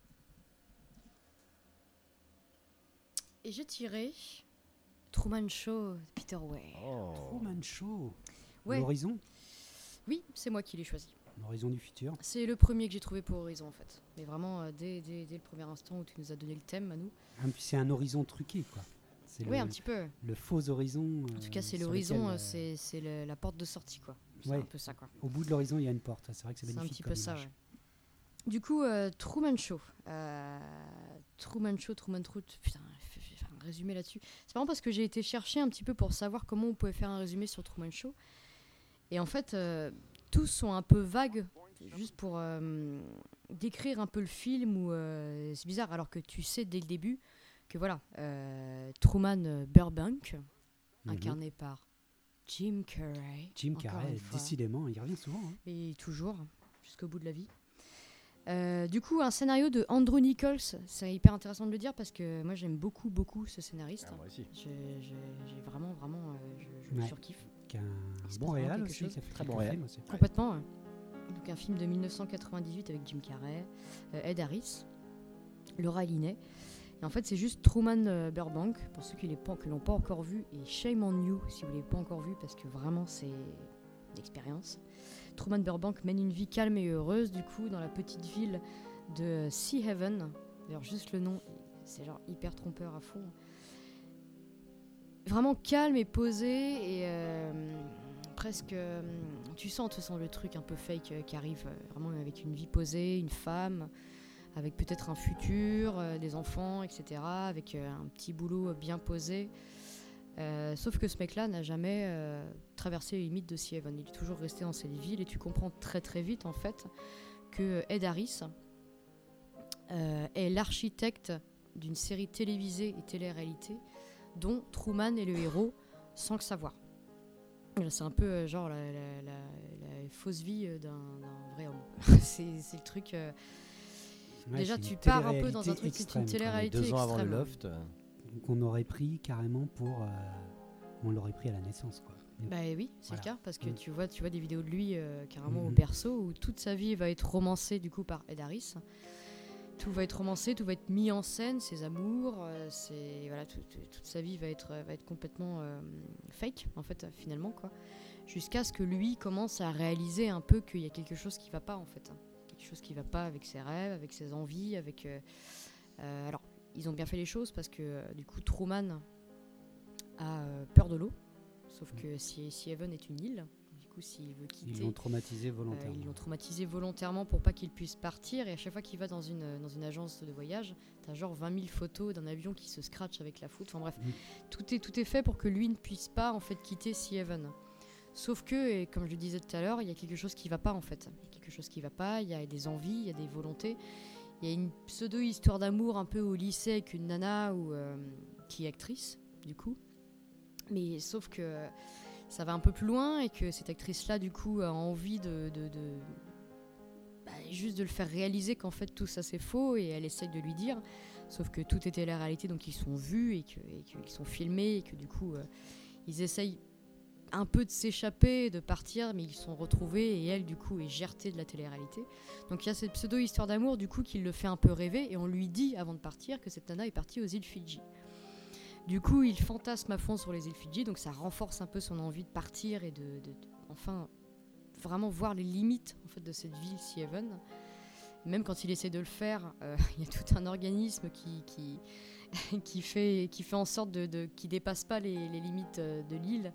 Et j'ai tiré Truman Show de Peter Weir. Truman Show. Ouais. L'horizon. Oui, c'est moi qui l'ai choisi. L'horizon du futur. C'est le premier que j'ai trouvé pour Horizon en fait. Mais vraiment, dès le premier instant où tu nous as donné le thème à nous. C'est un horizon truqué, quoi. C'est Oui, un petit peu. le faux horizon. En tout cas, c'est l'horizon, c'est la porte de sortie quoi. C'est Ouais. un peu ça quoi. Au bout de l'horizon, il y a une porte. C'est vrai que c'est C'est un magnifique. petit comme peu ça, image. ouais. Du coup, Truman Show. Truman Show, putain, un résumé là-dessus. C'est marrant parce que j'ai été chercher un petit peu pour savoir comment on pouvait faire un résumé sur Truman Show. Et en fait, tous sont un peu vagues, juste pour décrire un peu le film. C'est bizarre, alors que tu sais dès le début que voilà, Truman Burbank, Mhm. incarné par Jim Carrey. Jim encore Carrey, une fois. décidément, il revient souvent. Hein. Et toujours, jusqu'au bout de la vie. Du coup, un scénario de Andrew Nichols, c'est hyper intéressant de le dire parce que moi j'aime beaucoup ce scénariste. Ah, moi aussi. J'ai vraiment, je le Ouais. surkiffe. Qui a Il un se bon passe vraiment réal quelque aussi. chose. Qui a fait Très quelques bon réal. films aussi. Complètement. Ouais. Donc un film de 1998 avec Jim Carrey, Ed Harris, Laura Linney. Et en fait, c'est juste Truman Burbank, pour ceux qui ne l'ont pas encore vu, et shame on you si vous ne l'avez pas encore vu, parce que vraiment, c'est une expérience. Truman Burbank mène une vie calme et heureuse, du coup, dans la petite ville de Sea Haven. D'ailleurs, juste le nom, c'est genre hyper trompeur à fond. Vraiment calme et posé, et presque... tu sens le truc un peu fake qui arrive, vraiment avec une vie posée, une femme... avec peut-être un futur, des enfants, etc., avec un petit boulot bien posé. Sauf que ce mec-là n'a jamais traversé les limites de Sea Haven. Il est toujours resté dans cette ville et tu comprends très très vite en fait que Ed Harris est l'architecte d'une série télévisée et télé-réalité dont Truman est le héros sans le savoir. C'est un peu genre la fausse vie d'un vrai homme. c'est le truc... Ouais, Déjà, c'est tu une pars un peu dans un télé-réalité truc, c'est extrême, une quoi. télé-réalité 2 ans avant le extrême. loft. Qu'on aurait pris carrément pour. On l'aurait pris à la naissance, quoi. Bah oui, c'est Voilà. le cas, parce que Mm. tu vois des vidéos de lui carrément au Mhm. berceau, où toute sa vie va être romancée du coup par Ed Harris. Tout va être romancé, tout va être mis en scène, ses amours, toute sa vie va être complètement fake, en fait, finalement, quoi. Jusqu'à ce que lui commence à réaliser un peu qu'il y a quelque chose qui va pas, en fait. Quelque chose qui va pas avec ses rêves, avec ses envies, avec... alors, ils ont bien fait les choses parce que, du coup, Truman a peur de l'eau. Sauf que Sea Haven est une île. Du coup, s'il veut quitter... Ils l'ont traumatisé volontairement. ils l'ont traumatisé volontairement pour pas qu'il puisse partir. Et à chaque fois qu'il va dans une agence de voyage, t'as genre 20 000 photos d'un avion qui se scratche avec la foudre. Enfin bref, tout est fait pour que lui ne puisse pas en fait quitter Sea Haven. Sauf que, et comme je le disais tout à l'heure, il y a quelque chose qui va pas en fait. Il y a quelque chose qui va pas, il y a des envies, il y a des volontés. Il y a une pseudo-histoire d'amour un peu au lycée avec une nana qui est actrice, du coup. Mais sauf que ça va un peu plus loin et que cette actrice-là, du coup, a envie juste de le faire réaliser qu'en fait tout ça c'est faux et elle essaye de lui dire. Sauf que tout était la réalité, donc ils sont vus et qu'ils sont filmés et que du coup ils essayent un peu de s'échapper, de partir, mais ils sont retrouvés et elle du coup est gertée de la télé-réalité. Donc il y a cette pseudo-histoire d'amour du coup qui le fait un peu rêver et on lui dit avant de partir que cette nana est partie aux îles Fidji. Du coup, il fantasme à fond sur les îles Fidji, donc ça renforce un peu son envie de partir et de enfin vraiment voir les limites en fait de cette ville Sea Haven. Même quand il essaie de le faire, il y a tout un organisme qui fait en sorte qu'il dépasse pas les limites de l'île.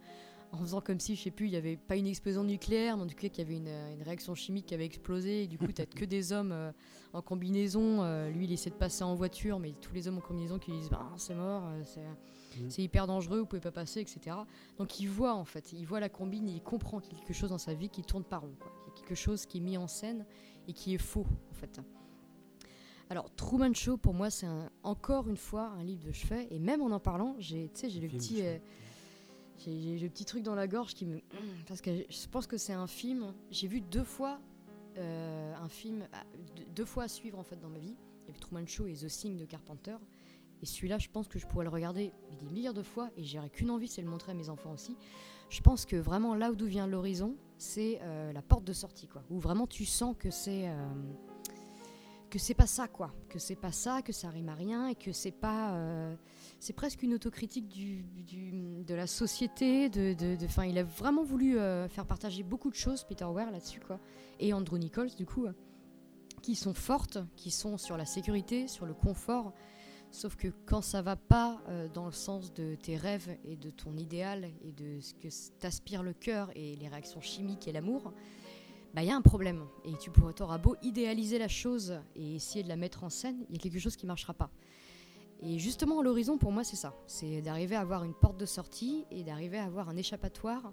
en faisant comme si, je sais plus, il n'y avait pas une explosion nucléaire, mais en tout cas qu'il y avait une réaction chimique qui avait explosé, et du coup, t'as que des hommes en combinaison. Lui, il essaie de passer en voiture, mais tous les hommes en combinaison qui lui disent bah, c'est mort, c'est hyper dangereux, vous pouvez pas passer, etc. Donc il voit en fait, il voit la combine, il comprend qu'il y a quelque chose dans sa vie qui tourne pas rond, quoi. Il y a quelque chose qui est mis en scène et qui est faux en fait. Alors Truman Show pour moi c'est encore une fois un livre de chevet, et même en parlant, j'ai le petit j'ai le petit truc dans la gorge qui me parce que je pense que c'est un film, j'ai vu deux fois un film deux fois à suivre en fait dans ma vie. Il y avait Truman Show et The Thing de Carpenter. Et celui-là, je pense que je pourrais le regarder des milliards de fois et j'aurais qu'une envie, c'est de le montrer à mes enfants aussi. Je pense que vraiment là d'où vient l'horizon, c'est la porte de sortie, quoi. Où vraiment tu sens que c'est pas ça, quoi. Que c'est pas ça, que ça rime à rien et que c'est pas. C'est presque une autocritique de la société. Il a vraiment voulu faire partager beaucoup de choses, Peter Weir, là-dessus, quoi. Et Andrew Nichols, du coup, qui sont fortes, qui sont sur la sécurité, sur le confort. Sauf que quand ça va pas dans le sens de tes rêves et de ton idéal et de ce que t'aspire le cœur et les réactions chimiques et l'amour, bah y a un problème. Et t'auras beau idéaliser la chose et essayer de la mettre en scène, il y a quelque chose qui marchera pas. Et justement, l'horizon pour moi c'est ça, c'est d'arriver à avoir une porte de sortie et d'arriver à avoir un échappatoire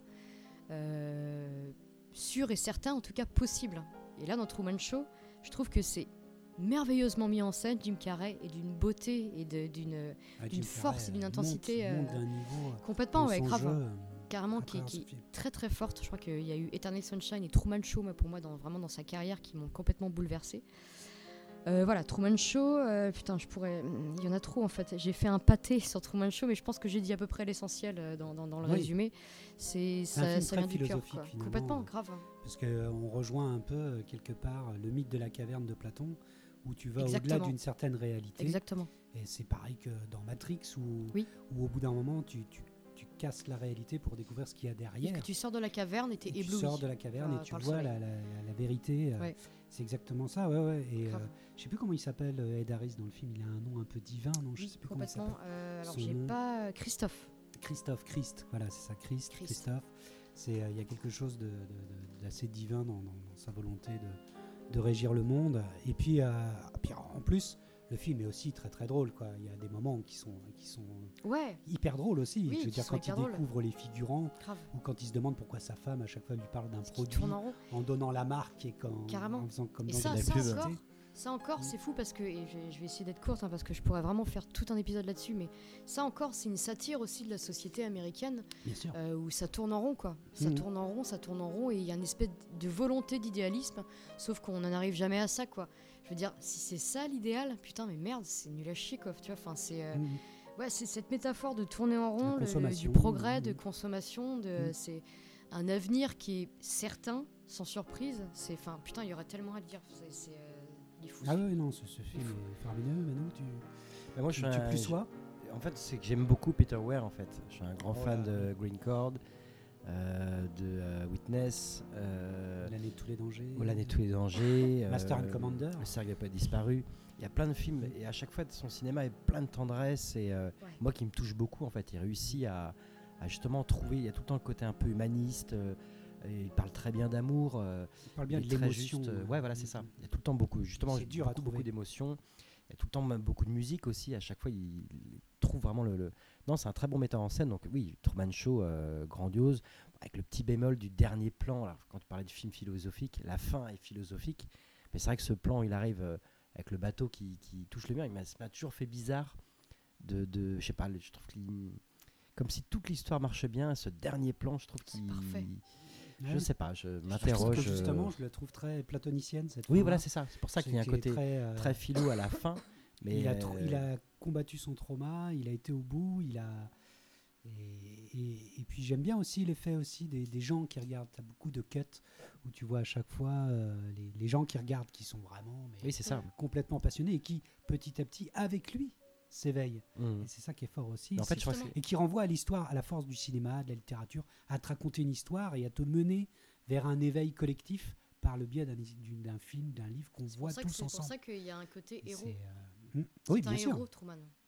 sûr et certain, en tout cas possible. Et là dans Truman Show, je trouve que c'est merveilleusement mis en scène, Jim Carrey, et d'une beauté et d'une force et d'une intensité monte d'un niveau, complètement, ouais, grave, jeu, carrément, qui est très très forte. Je crois qu'il y a eu Eternal Sunshine et Truman Show, pour moi, vraiment dans sa carrière, qui m'ont complètement bouleversée. Voilà, Truman Show, il y en a trop en fait. J'ai fait un pâté sur Truman Show, mais je pense que j'ai dit à peu près l'essentiel dans le résumé. Ça vient du cœur, quoi. Complètement, grave. Parce qu'on rejoint un peu, quelque part, le mythe de la caverne de Platon, où tu vas Exactement. au-delà d'une certaine réalité. Exactement. Et c'est pareil que dans Matrix, où au bout d'un moment, tu casses la réalité pour découvrir ce qu'il y a derrière. Et que tu sors de la caverne et t'es ébloui. Tu sors de la caverne et tu vois la vérité. Ouais. C'est exactement ça, ouais. Et je sais plus comment il s'appelle, Ed Harris, dans le film. Il a un nom un peu divin, non? Je sais plus comment il s'appelle. Alors j'ai pas... Christophe, voilà, c'est ça, Christophe. Il y a quelque chose d'assez divin dans sa volonté de régir le monde. Et puis en plus, le film est aussi très très drôle, quoi. Il y a des moments qui sont hyper drôles aussi. Oui, je veux dire, quand il découvre les figurants, grave. ou quand il se demande pourquoi sa femme à chaque fois lui parle d'un produit en donnant la marque et en faisant comme dans la pub. Ça encore, c'est fou parce que, et je vais essayer d'être courte parce que je pourrais vraiment faire tout un épisode là-dessus, mais ça encore, c'est une satire aussi de la société américaine. Bien sûr. Où ça tourne en rond, quoi. Ça tourne en rond, et il y a une espèce de volonté d'idéalisme, sauf qu'on n'en arrive jamais à ça, quoi. Je veux dire, si c'est ça l'idéal, putain, mais merde, c'est nul à chier, quoi. Tu vois, enfin, c'est cette métaphore de tourner en rond, du progrès, de consommation, c'est un avenir qui est certain, sans surprise. Putain, il y aurait tellement à dire. Ah oui, non, ce film est faramineux. Maintenant, moi, tu plus sois. En fait, c'est que j'aime beaucoup Peter Weir. En fait, je suis un grand fan de Green Chord, de Witness, L'année de tous les dangers, Master and Commander, Le cercle n'a pas disparu. Il y a plein de films et à chaque fois son cinéma est plein de tendresse et moi qui me touche beaucoup. En fait, il réussit à justement trouver. Il y a tout le temps le côté un peu humaniste. Il parle très bien d'amour. Il parle bien de l'émotion. Ouais, voilà, c'est ça. Il y a tout le temps beaucoup d'émotions. Il y a tout le temps même beaucoup de musique aussi. À chaque fois, il trouve vraiment le... Non, c'est un très bon metteur en scène. Donc oui, Truman Show, grandiose. Avec le petit bémol du dernier plan. Alors, quand tu parlais du film philosophique, la fin est philosophique. Mais c'est vrai que ce plan, il arrive avec le bateau qui touche le mur. Ça m'a toujours fait bizarre je sais pas, je trouve comme si toute l'histoire marchait bien. Ce dernier plan, je trouve qu'il... C'est parfait. Je sais pas, je m'interroge. Justement, je la trouve très platonicienne cette Oui, voilà, c'est ça. C'est pour ça qu'il y a un côté très philo à la fin. Mais il a combattu son trauma, il a été au bout, et puis j'aime bien aussi l'effet aussi des gens qui regardent. T'as beaucoup de cuts où tu vois à chaque fois les gens qui regardent, qui sont vraiment c'est ça. complètement passionnés et qui petit à petit avec lui s'éveille. Et c'est ça qui est fort aussi. En fait, et qui renvoie à l'histoire, à la force du cinéma, de la littérature, à te raconter une histoire et à te mener vers un éveil collectif par le biais d'un film, d'un livre qu'on voit tous ensemble. C'est pour ça qu'il y a un côté héros. Oui, bien un sûr. héros, Truman.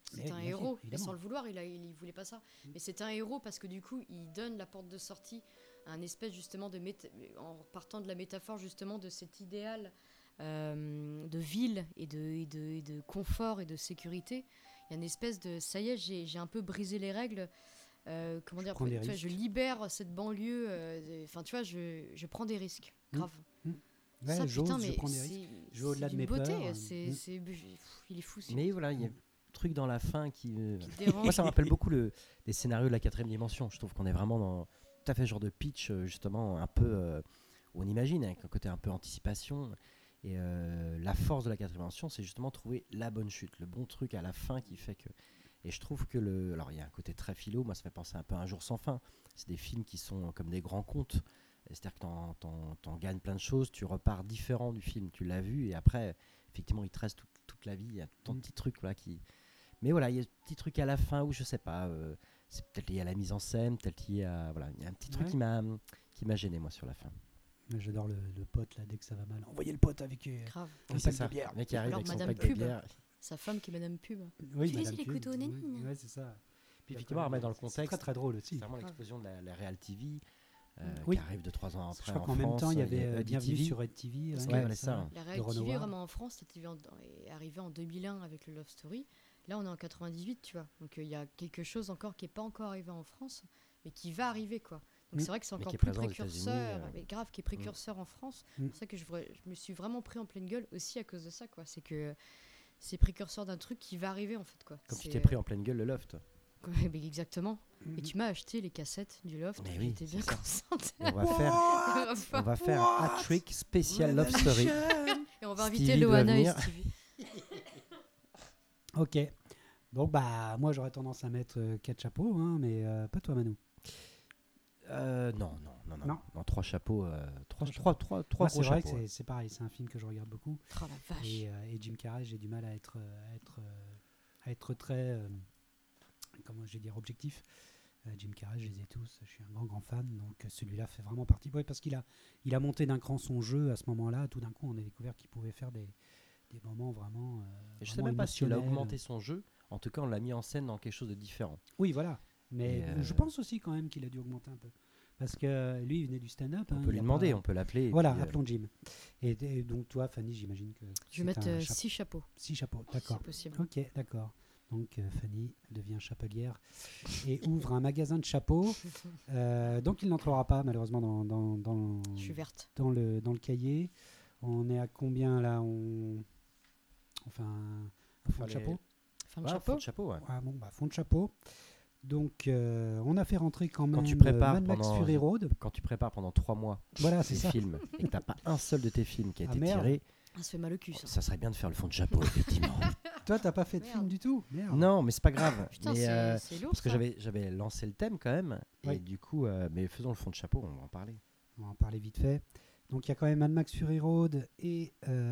C'est Mais un bien sûr, héros, et évidemment. sans le vouloir, il voulait pas ça. Mais c'est un héros parce que du coup, il donne la porte de sortie à un espèce justement en partant de la métaphore justement de cet idéal de ville et de confort et de sécurité. Il y a une espèce de ça y est, j'ai un peu brisé les règles. Comment dire, prends des tu vois, risques. je libère cette banlieue. Enfin, tu vois, je prends des risques. Grave. Ouais, Ça, j'ose, putain, je mais prends des risques. Je vais au-delà de d'une mes beauté. peurs. Il est fou. Ce Mais voilà, il y a un truc dans la fin qui. qui te dérange. Moi, ça me rappelle beaucoup des scénarios de la 4ème dimension. Je trouve qu'on est vraiment dans tout à fait ce genre de pitch, justement, un peu. Où on imagine, avec un côté un peu anticipation. Et la force de la 4ème dimension, c'est justement trouver la bonne chute, le bon truc à la fin qui fait que. Et je trouve que alors, il y a un côté très philo. Moi, ça fait penser un peu à Un jour sans fin. C'est des films qui sont comme des grands contes. C'est-à-dire que t'en gagnes plein de choses, tu repars différent du film, tu l'as vu, et après, effectivement, il te reste toute la vie, il y a tant de petits trucs voilà, qui... Mais voilà, il y a des petits trucs à la fin où, je sais pas, c'est peut-être lié à la mise en scène, peut-être lié à... Voilà, il y a un petit truc Ouais. qui m'a gêné, moi, sur la fin. J'adore le pote, là, dès que ça va mal. Envoyez le pote avec Grave. un Oui, pack c'est ça, de bière. le mec qui arrive Alors, avec son Madame pack de Pub. bière. Sa femme qui est Madame Pub. Oui, Utilisez Madame les Pub. couteaux, nanani. Ouais, c'est ça. Puis effectivement, à remettre dans le C'est contexte, très très drôle c'est aussi. vraiment l'explosion de la Real TV, Oui. qui arrive 2-3 ans Je après crois en qu'en même France. temps, il y a avait Bienvenue TV. sur Red TV. Parce hein, que- Ouais, voilà, ça. La de Real Ron TV Howard. vraiment en France est arrivée en 2001 avec le Love Story. Là, on est en 98, tu vois. Donc, il y a quelque chose encore qui n'est pas encore arrivé en France, mais qui va arriver, quoi. Donc, Mm. c'est vrai que c'est Mais encore qui est plus présent aux précurseur, États-Unis, mais grave, qui est précurseur en France. Mm. C'est pour ça que je me suis vraiment pris en pleine gueule aussi à cause de ça, quoi. C'est que c'est précurseur d'un truc qui va arriver, en fait, quoi. Comme tu C'est, t'es pris en pleine gueule le loft. ouais, mais exactement. Mhm. Et tu m'as acheté les cassettes du Loft. Mais oui, J'étais bien c'est ça. concentrée. Et on va faire un hat-trick spécial Love Story. Et on va Stevie inviter doit Loana et venir. Stevie. Ok. Donc, bah, moi, j'aurais tendance à mettre 4 chapeaux, hein, mais pas toi, Manu. Non. Non. Non, 3 chapeaux. 3 Moi, gros c'est vrai chapeaux. que c'est pareil, c'est un film que je regarde beaucoup. Oh la vache. Et Jim Carrey, j'ai du mal à être très, comment je vais dire, objectif. Jim Carrey, je les ai tous, je suis un grand fan, donc celui-là fait vraiment partie. Ouais, parce qu'il a monté d'un cran son jeu à ce moment-là. Tout d'un coup, on a découvert qu'il pouvait faire des moments vraiment. Je sais vraiment même pas s'il a émotionnels. augmenté son jeu. En tout cas, on l'a mis en scène dans quelque chose de différent. Oui, voilà. Mais Et, je pense aussi quand même qu'il a dû augmenter un peu. Parce que lui, il venait du stand-up. On hein, peut il lui a demander, pas- on peut l'appeler. et Voilà, puis, appelons Jim. Et donc, toi, Fanny, j'imagine que. Je vais c'est mettre un 6 chapeaux, 6 chapeaux, si d'accord. possible. Ok, d'accord. Donc Fanny devient chapelière et ouvre un magasin de chapeaux. Donc il n'entrera pas malheureusement dans Je suis verte. le cahier. On est à combien là Enfin, un fond de Fallait- chapeau. Fin de Ouais, chapeau. fond de chapeau, ouais. Ah, bon, bah, fond de chapeau. Donc on a fait rentrer quand même Quand tu prépares Mad Max pendant- Fury Road. Quand tu prépares pendant 3 mois Voilà, c'est des ça. films et que t'as pas un seul de tes films qui a Ah, été merde. tiré, Ah, ça fait mal au cul, ça. ça serait bien de faire le fond de chapeau, effectivement. Toi, t'as pas fait de Merde. film du tout. Merde. Non, mais c'est pas grave. Putain, Mais, c'est lourd. parce que ça. j'avais lancé le thème quand même. Oui. Et du coup, mais faisons le fond de chapeau, on va en parler. On va en parler vite fait. Donc il y a quand même Mad Max Fury Road et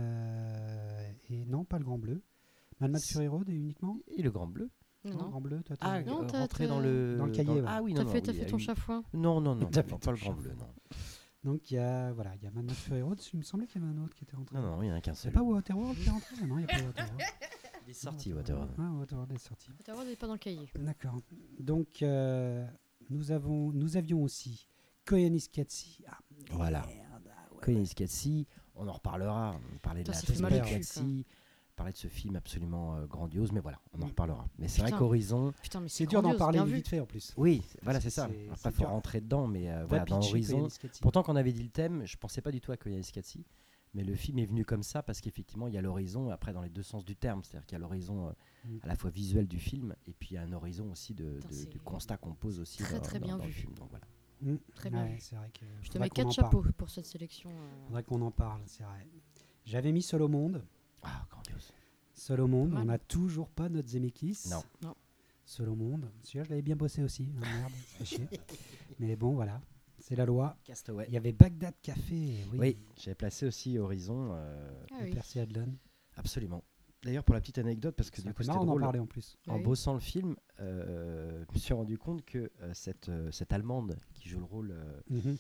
non, pas le Grand Bleu. Mad Max C'est- Fury Road uniquement Et le grand bleu. Non, Le non. Grand Bleu, toi, Ah, Non, t'as- rentrer t'as- dans le Dans le cahier, ouais. Ah oui, non, T'as non, fait, oui, t'as il y fait a ton eu- chafouin. Non, non, non, T'as fait non, ton pas le grand chafouin. bleu, non. Donc il y a Mad Max Fury Road. Il me semblait qu'il y avait un autre qui était rentré. Non, non, il y en a qu'un C'est seul. pas Waterworld qui est rentré? Non, il n'y a pas Waterworld. Il est sorti, Waterworld. Ah, Waterworld est sorti. Waterworld n'est pas dans le cahier. D'accord. Donc nous avions aussi Koyaanisqatsi. Ah, Voilà. merde, ah ouais. Koyaanisqatsi, on en reparlera. On parlait de Putain, la ça fait mal au cul, Koyaanisqatsi, parler de ce film absolument grandiose, mais voilà, on en Mm. reparlera. Mais c'est vrai Putain. qu'Horizon, Putain, mais C'est dur d'en grandiose, parler bien vu. vite fait en plus. oui, voilà, c'est ça. c'est Après, il faut dur. rentrer dedans, mais Va voilà, dans pitcher Horizon. Koyaanisqatsi. Pourtant, quand on avait dit le thème, je pensais pas du tout à Koyaanisqatsi, mais le film est venu comme ça parce qu'effectivement, il y a l'horizon, après dans les deux sens du terme, c'est-à-dire qu'il y a l'horizon Mm. à la fois visuel du film, et puis il y a un horizon aussi Putain, du c'est constat qu'on pose aussi très, très bien dans le vu. film. Donc voilà. Mm. Très bien Ouais, vu. c'est vrai que Je te faudrait mets qu'on 4 en chapeaux parle. pour cette sélection. Faudrait qu'on en parle, c'est vrai. J'avais mis Seul au monde. Ah, grandiose. Seul au monde. Pas On mal. n'a toujours pas notre Zemeckis. Non. Non. Seul au monde. Celui-là, je l'avais bien bossé aussi. Ah, merde, ça fait chier. Mais bon, voilà. C'est la loi. Castaway. Il y avait Bagdad Café. Oui. Oui, j'avais placé aussi Horizon. Ah de oui. Percy Adlon. Absolument. D'ailleurs, pour la petite anecdote, parce que C'est du un coup peu c'était marrant d'en drôle, parler en plus. en Oui. bossant le film, je me suis rendu compte que cette Allemande qui joue le rôle Mhm.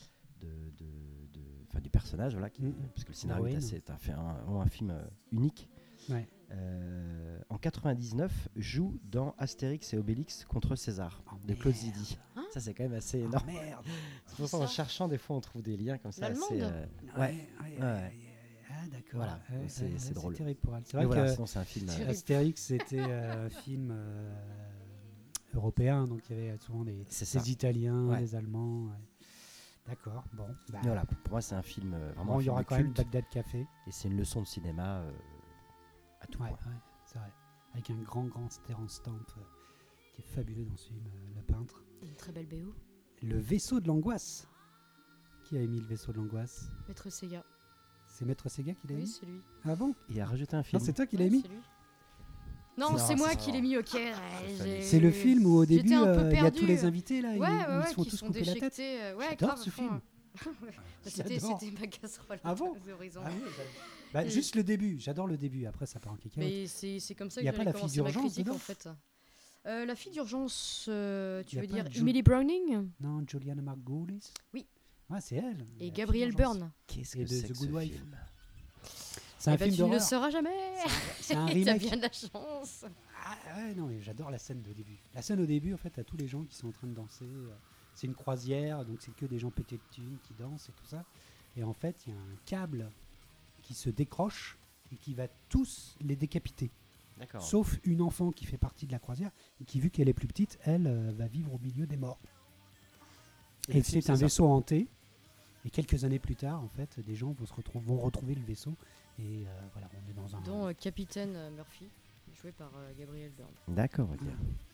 enfin, du personnage, voilà, Mhm. parce que le scénario Héroïne. est vraiment un film unique. Ouais. en 99, joue dans Astérix et Obélix contre César Oh, de Claude merde. Zidi. Hein Ça, c'est quand même assez Oh, énorme. merde. C'est pour ça, en ça cherchant, des fois, on trouve des liens comme ça. L'allemande assez, ouais. Ah, d'accord. Voilà, c'est drôle. terrible pour elle. C'est Mais vrai voilà, que sinon, c'est un film. Terrible. Astérix, c'était un film européen, donc il y avait souvent C'est ça. des Italiens, Ouais. des Allemands. Ouais. D'accord, bon. Bah, Mais voilà, pour moi, c'est un film vraiment bon, un il y film aura de quand même culte, Bagdad Café. et c'est une leçon de cinéma à tout Ouais, point. ouais, c'est vrai. Avec un grand Terence Stamp qui est fabuleux dans ce film, le peintre. Une très belle BO. Le vaisseau de l'angoisse. Qui a émis le vaisseau de l'angoisse? Maître Sega. C'est Maître Sega qui l'a Oui, émis? c'est lui. Ah bon? Il a rajouté un Non, film. c'est toi qui l'as Ouais, émis? c'est lui. Non, Non, c'est moi c'est qui ça. l'ai mis, ok. C'est le film où au début J'étais un peu il y a perdue. tous les invités là, Ouais, ils, ouais, ils ouais, se font qui tous sont couper la tête. déchiquetés. Ouais, J'adore grave, ce à fond. film. C'était J'adore. ma casserole. Ah bon aux horizons. Ah oui, bah, juste le début, j'adore le début, après ça part en cacahuète. Mais c'est comme ça Y que a pas j'allais la fille commencer ma d'urgence critique dedans en fait. La fille d'urgence, Y tu a veux pas dire Ju- Emily Browning Non, Juliana Margulies. Oui. Ouais, c'est elle. et la Gabrielle fille d'urgence. Byrne. Qu'est-ce Et que de c'est The que Good ce Wife. film? C'est un Eh ben, film tu ne le d'horreur. sauras jamais. C'est un T'as remake. bien de la chance. Ah ouais, non, mais j'adore la scène de début. La scène au début, en fait, t'as tous les gens qui sont en train de danser. C'est une croisière, donc c'est que des gens pétés de thunes qui dansent et tout ça. Et en fait, il y a un câble qui se décroche et qui va tous les décapiter. D'accord. Sauf une enfant qui fait partie de la croisière et qui, vu qu'elle est plus petite, elle va vivre au milieu des morts. Et le film, c'est un ça. vaisseau hanté. Et quelques années plus tard, en fait, des gens vont retrouver le vaisseau. Et voilà, on est dans un... Dont Capitaine Murphy, joué par Gabrielle Byrne. D'accord, ok.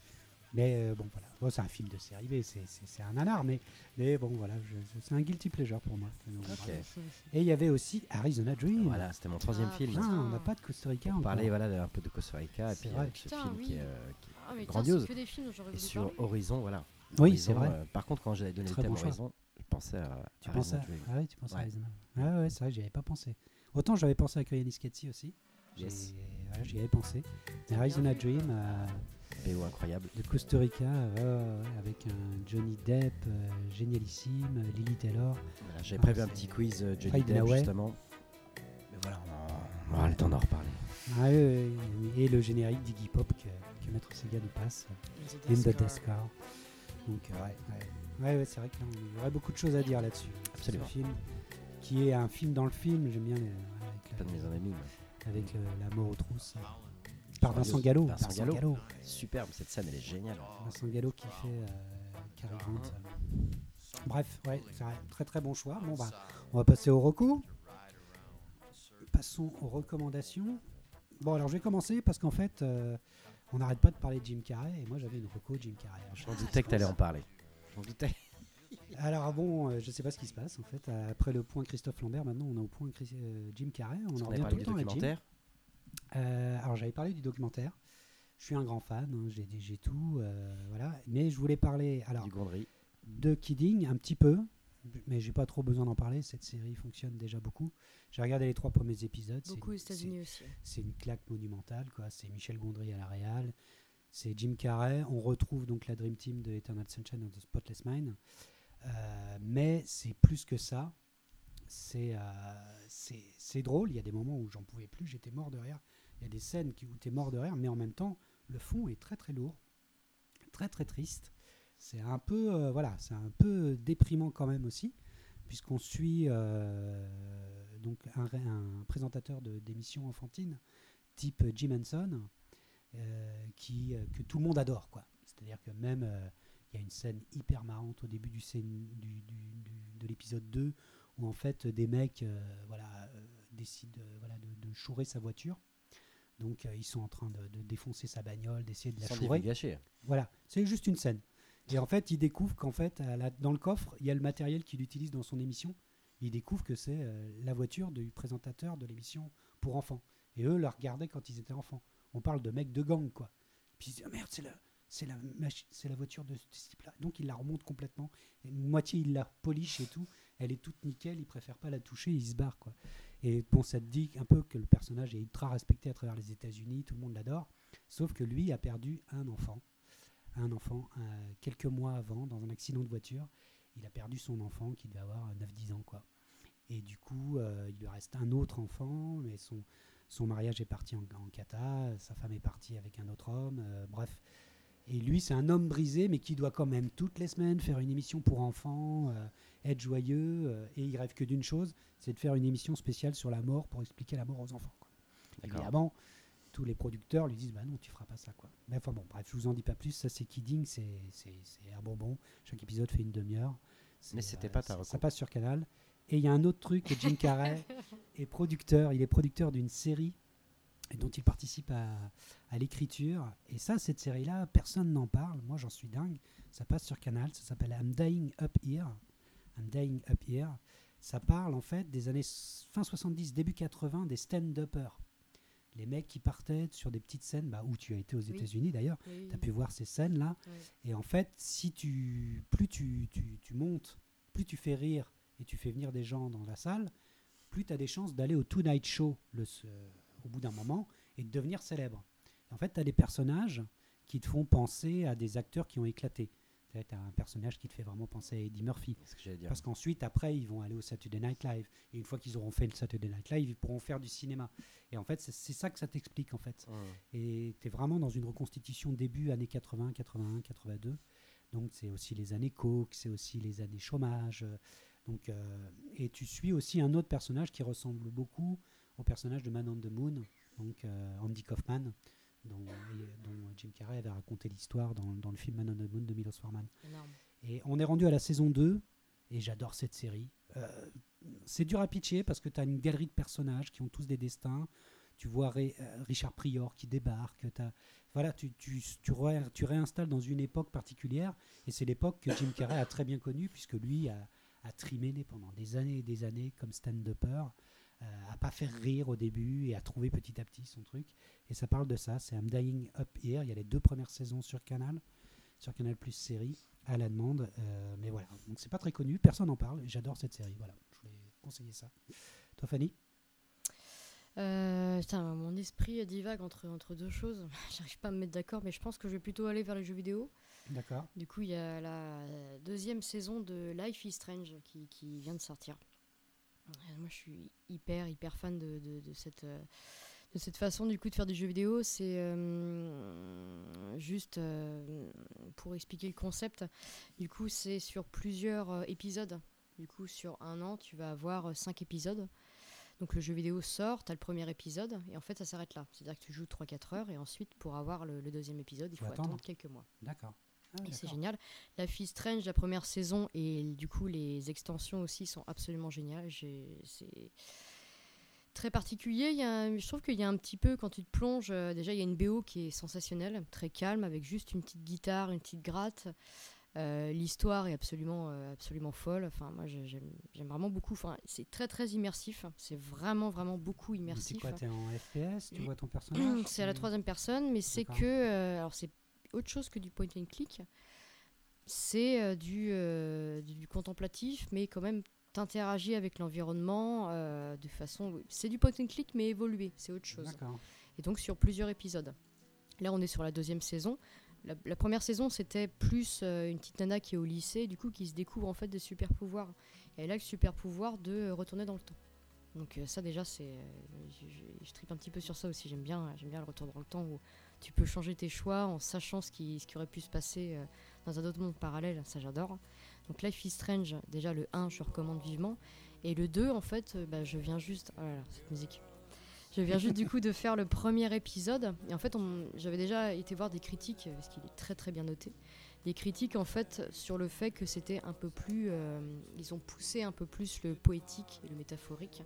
Mais bon, voilà. Bon, c'est un film de série B, c'est un nanar, mais bon, voilà, c'est un guilty pleasure pour moi. Donc, Ok. voilà. Et il y avait aussi Arizona Dream. Voilà, c'était mon troisième Ah, film. Putain, putain. on n'a pas de Costa Rica On encore. parlait voilà, un peu de Costa Rica, et C'est puis vrai. avec ce Putain, film oui. qui est Ah, mais grandiose. c'est que des films dont j'aurais Et voulu sur parler. Horizon, voilà. Oui, Horizon, c'est vrai. par contre, quand j'avais donné Très le thème bon choix. Horizon, je pensais à Tu à penses à... Horizon Dream. Ah oui, tu penses à Ouais. Arizona. Ah ouais, c'est vrai, j'y avais pas pensé. Autant j'avais pensé à Koyanis Katsi aussi. Yes. Voilà, j'y avais pensé. Mais Arizona Dream BO incroyable. de Costa Rica, avec un Johnny Depp génialissime, Lily Taylor. Voilà, j'avais Ah, prévu un c'est petit quiz Johnny Faye Depp, Dunaway. justement. Mais voilà, on aura le temps d'en reparler. Ah, et le générique d'Iggy Pop que Maître Sega nous passe, In the Death Car. Donc ouais, c'est vrai qu'il y aurait beaucoup de choses à dire là-dessus. sur Absolument. Ce film, qui est un film dans le film, j'aime bien Pas de mes amis. avec la mort aux trousses. Par Vincent Grandiose. Gallo. Vincent Gallo. Superbe, cette scène, elle est géniale. Vincent Gallo qui fait Cary Grant. Bref, ouais, c'est un très très bon choix. Bon, bah, on va passer au recours. Passons aux recommandations. Bon, alors je vais commencer parce qu'en fait, on n'arrête pas de parler de Jim Carrey et moi j'avais une reco de Jim Carrey. Alors, Je m'en doutais que t'allais en parler. Je m'en doutais. Alors bon, je sais pas ce qui se passe en fait. Après le point Christophe Lambert, maintenant on a au point Jim Carrey. On en On avait revient tout parlé le du temps à Jim. documentaire. Alors j'avais parlé du documentaire. Je suis un grand fan, hein, j'ai tout, voilà. Mais je voulais parler alors Du Gondry. de Kidding un petit peu, mais j'ai pas trop besoin d'en parler. Cette série fonctionne déjà beaucoup. J'ai regardé les 3 premiers épisodes. Beaucoup aux États-Unis aussi. C'est une claque monumentale, quoi. C'est Michel Gondry à la réal, c'est Jim Carrey. On retrouve donc la Dream Team de Eternal Sunshine of the Spotless Mind, mais c'est plus que ça. C'est drôle. Il y a des moments où j'en pouvais plus, j'étais mort de rire. Il y a des scènes où tu es mort de rire, mais en même temps, le fond est très très lourd, très très triste. C'est un peu, c'est un peu déprimant quand même aussi, puisqu'on suit donc un présentateur d'émissions enfantines type Jim Henson, que tout le monde adore, quoi. C'est-à-dire que même il y a une scène hyper marrante au début de l'épisode 2 où en fait des mecs décident de chourer sa voiture. Donc ils sont en train de défoncer sa bagnole, d'essayer de la Sans chourer. gâcher. Voilà, c'est juste une scène. Et en fait, il découvre qu'en fait, dans le coffre, il y a le matériel qu'il utilise dans son émission. Il découvre que c'est la voiture du présentateur de l'émission pour enfants. Et eux la regardaient quand ils étaient enfants. On parle de mecs de gang, quoi. Puis ils disent, oh merde, c'est la voiture de ce type-là. Donc il la remonte complètement. Et moitié, il la polish et tout. Elle est toute nickel, il préfère pas la toucher, il se barre, quoi. Et bon, ça te dit un peu que le personnage est ultra respecté à travers les États-Unis, tout le monde l'adore. Sauf que lui a perdu un enfant quelques mois avant, dans un accident de voiture. Il a perdu son enfant qui devait avoir 9-10 ans, quoi. Et du coup, il lui reste un autre enfant, mais son mariage est parti en cata, sa femme est partie avec un autre homme, bref. Et lui, c'est un homme brisé, mais qui doit quand même toutes les semaines faire une émission pour enfants, être joyeux, et il rêve que d'une chose, c'est de faire une émission spéciale sur la mort pour expliquer la mort aux enfants, quoi. Évidemment, tous les producteurs lui disent bah non, tu feras pas ça, quoi. Mais enfin bon, bref, je vous en dis pas plus. Ça, c'est Kidding, c'est un bonbon. Chaque épisode fait une demi-heure. Mais c'était pas ta ça passe sur Canal. Et il y a un autre truc, Jim Carrey est producteur. Il est producteur d'une série dont il participe à l'écriture. Et ça, cette série-là, personne n'en parle. Moi, j'en suis dingue. Ça passe sur Canal. Ça s'appelle I'm Dying Up Here. I'm Dying Up Here. Ça parle en fait des années fin 70, début 80, des stand-uppers. Les mecs qui partaient sur des petites scènes, où tu as été aux États-Unis d'ailleurs, tu as pu voir ces scènes-là. Oui. Et en fait, plus tu montes, plus tu fais rire et tu fais venir des gens dans la salle, plus tu as des chances d'aller au Tonight Show au bout d'un moment et de devenir célèbre. Et en fait, tu as des personnages qui te font penser à des acteurs qui ont éclaté. Tu as un personnage qui te fait vraiment penser à Eddie Murphy. C'est ce que j'allais dire. Parce qu'ensuite, après, ils vont aller au Saturday Night Live. Et une fois qu'ils auront fait le Saturday Night Live, ils pourront faire du cinéma. Et en fait, c'est ça que ça t'explique, en fait. Et tu es vraiment dans une reconstitution début années 80, 81, 82. Donc, c'est aussi les années coke, c'est aussi les années chômage. Donc, et tu suis aussi un autre personnage qui ressemble beaucoup au personnage de Man on the Moon, donc Andy Kaufman, dont Jim Carrey avait raconté l'histoire dans le film Man on the Moon de Milos Forman. Énorme. Et on est rendu à la saison 2, et j'adore cette série. C'est dur à pitcher parce que tu as une galerie de personnages qui ont tous des destins. Tu vois Richard Pryor qui débarque. Voilà, tu réinstalles dans une époque particulière, et c'est l'époque que Jim Carrey a très bien connue, puisque lui a trimé pendant des années et des années comme stand-upper, à pas faire rire au début et à trouver petit à petit son truc. Et ça parle de ça, c'est I'm Dying Up Here. Il y a les 2 premières saisons sur Canal Plus série, à la demande. Mais voilà, donc c'est pas très connu, personne n'en parle. J'adore cette série, voilà, je voulais conseiller ça. Toi, Fanny? Mon esprit divague entre deux choses. J'arrive pas à me mettre d'accord, mais je pense que je vais plutôt aller vers les jeux vidéo. D'accord. Du coup, il y a la 2e saison de Life is Strange qui vient de sortir. Moi, je suis hyper fan de cette façon du coup de faire des jeux vidéo. C'est juste pour expliquer le concept. Du coup, c'est sur plusieurs épisodes. Du coup, sur un an, tu vas avoir 5 épisodes. Donc le jeu vidéo sort, tu as le premier épisode, et en fait ça s'arrête là. C'est-à-dire que tu joues 3-4 heures, et ensuite pour avoir le 2e épisode, il faut attendre quelques mois. D'accord. C'est génial. Life is Strange, la première saison, et du coup les extensions aussi sont absolument géniales. C'est très particulier. Je trouve qu'il y a un petit peu, quand tu te plonges, déjà il y a une BO qui est sensationnelle, très calme, avec juste une petite guitare, une petite gratte. L'histoire est absolument folle. Enfin, moi j'aime vraiment beaucoup. Enfin, c'est très immersif. C'est vraiment beaucoup immersif. C'est quoi, t'es en FPS? Tu vois ton personnage? C'est à la 3e personne, mais c'est que alors c'est autre chose que du point and click. C'est du contemplatif, mais quand même t'interagis avec l'environnement de façon. C'est du point and click, mais évolué. C'est autre chose. D'accord. Et donc sur plusieurs épisodes. Là, on est sur la 2e saison. La première saison, c'était plus une petite nana qui est au lycée, du coup, qui se découvre en fait des super pouvoirs. Et elle a le super pouvoir de retourner dans le temps. Donc ça déjà, je tripe un petit peu sur ça aussi. J'aime bien le retour dans le temps où tu peux changer tes choix en sachant ce qui aurait pu se passer dans un autre monde parallèle. Ça, j'adore. Donc Life is Strange, déjà le 1, je recommande vivement. Et le 2, en fait, je viens juste... Oh là là, cette musique. Je viens juste du coup de faire le premier épisode. Et en fait, j'avais déjà été voir des critiques, parce qu'il est très bien noté. Des critiques en fait sur le fait que c'était un peu plus... ils ont poussé un peu plus le poétique et le métaphorique.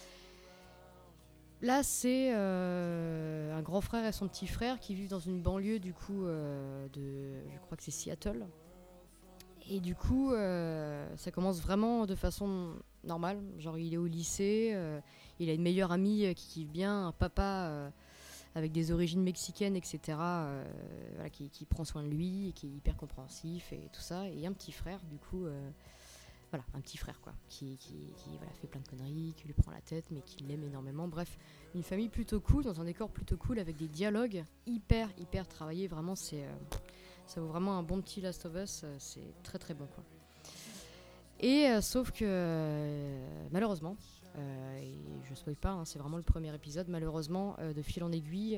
Là, c'est un grand frère et son petit frère qui vivent dans une banlieue du coup je crois que c'est Seattle. Et du coup, ça commence vraiment de façon normale. Genre, il est au lycée, il a une meilleure amie qui kiffe bien, un papa avec des origines mexicaines, etc., voilà, qui prend soin de lui, et qui est hyper compréhensif et tout ça. Et un petit frère, du coup, voilà, un petit frère, quoi, qui voilà, fait plein de conneries, qui lui prend la tête, mais qui l'aime énormément. Bref, une famille plutôt cool, dans un décor plutôt cool, avec des dialogues hyper travaillés. Vraiment, ça vaut vraiment un bon petit Last of Us, c'est très bon, quoi. Et sauf que malheureusement, Et je spoil pas, c'est vraiment le premier épisode. Malheureusement, de fil en aiguille,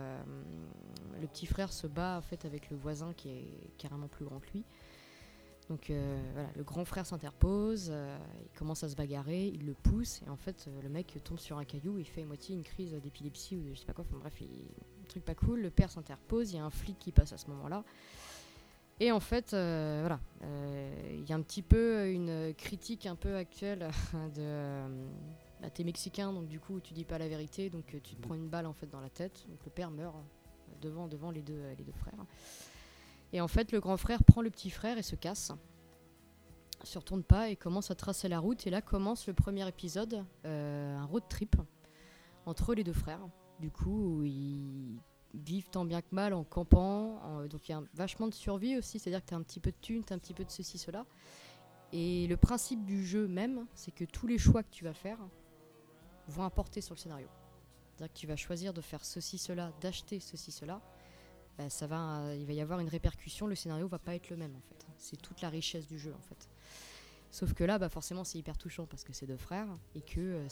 le petit frère se bat en fait avec le voisin qui est carrément plus grand que lui. Donc voilà, le grand frère s'interpose, il commence à se bagarrer, il le pousse et en fait le mec tombe sur un caillou, il fait à moitié une crise d'épilepsie ou de je sais pas quoi, enfin bref, un truc pas cool. Le père s'interpose, il y a un flic qui passe à ce moment-là. Et en fait, voilà, il y a un petit peu une critique un peu actuelle de t'es mexicain, donc du coup tu dis pas la vérité, donc tu te prends une balle en fait dans la tête, donc le père meurt devant les deux frères. Et en fait, le grand frère prend le petit frère et se casse, se retourne pas et commence à tracer la route. Et là commence le premier épisode, un road trip entre les deux frères. Du coup, où ils vivent tant bien que mal en campant. Donc il y a vachement de survie aussi, c'est-à-dire que tu as un petit peu de thunes, tu as un petit peu de ceci, cela. Et le principe du jeu même, c'est que tous les choix que tu vas faire vont apporter sur le scénario. C'est-à-dire que tu vas choisir de faire ceci, cela, d'acheter ceci, cela. Il va y avoir une répercussion, le scénario va pas être le même en fait. C'est toute la richesse du jeu en fait. Sauf que là, forcément, c'est hyper touchant parce que c'est deux frères et que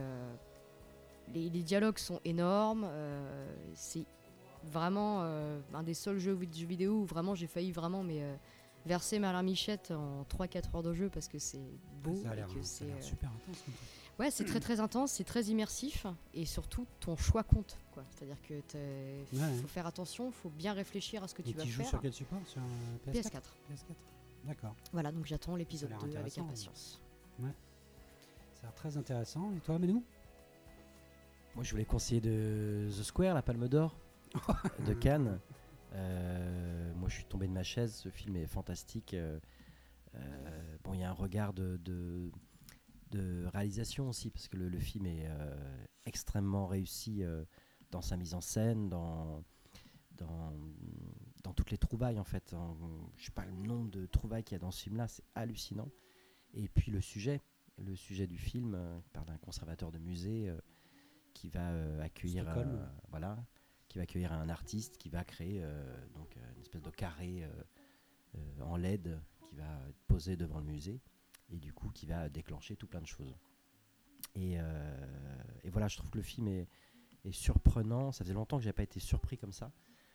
les dialogues sont énormes. C'est vraiment un des seuls jeux vidéo où vraiment j'ai failli verser ma larmichette en 3-4 heures de jeu parce que c'est beau. Ça a l'air c'est super intense. Ouais, c'est très très intense, c'est très immersif et surtout ton choix compte, quoi. C'est-à-dire que faut faire attention, faut bien réfléchir à ce que tu vas faire. Et tu joues faire. sur quel support? Sur PS4. PS4. D'accord. Voilà, donc j'attends l'épisode 2 avec impatience. Ouais. Ça a l'air très intéressant. Et toi, Menou? Moi, je voulais conseiller de The Square, la Palme d'Or de Cannes. Moi, je suis tombé de ma chaise. Ce film est fantastique. Bon, il y a un regard de réalisation aussi, parce que le film est extrêmement réussi dans sa mise en scène, dans toutes les trouvailles en fait. Je sais pas le nombre de trouvailles qu'il y a dans ce film-là, c'est hallucinant. Et puis le sujet du film, par d'un conservateur de musée qui va accueillir un artiste qui va créer donc une espèce de carré en LED qui va être posé devant le musée et du coup qui va déclencher tout plein de choses. Et voilà, je trouve que le film est surprenant. Ça faisait longtemps que j'avais pas été surpris comme ça.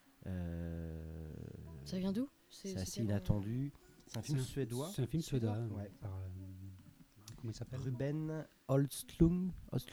Ça vient d'où? C'est assez inattendu. C'est un film suédois. C'est un film suédois. Ouais. Par, comment il s'appelle? Ruben Östlund.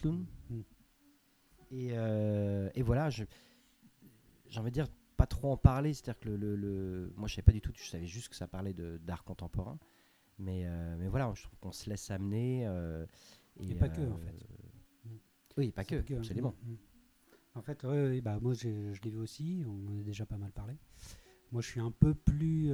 Et voilà, j'ai envie de dire pas trop en parler. C'est-à-dire que moi je savais pas du tout. Je savais juste que ça parlait d'art contemporain. Mais voilà, je trouve qu'on se laisse amener. Et pas que en fait. Oui, pas que, absolument. En fait, moi je l'ai vu aussi, on en a déjà pas mal parlé. Moi je suis un peu plus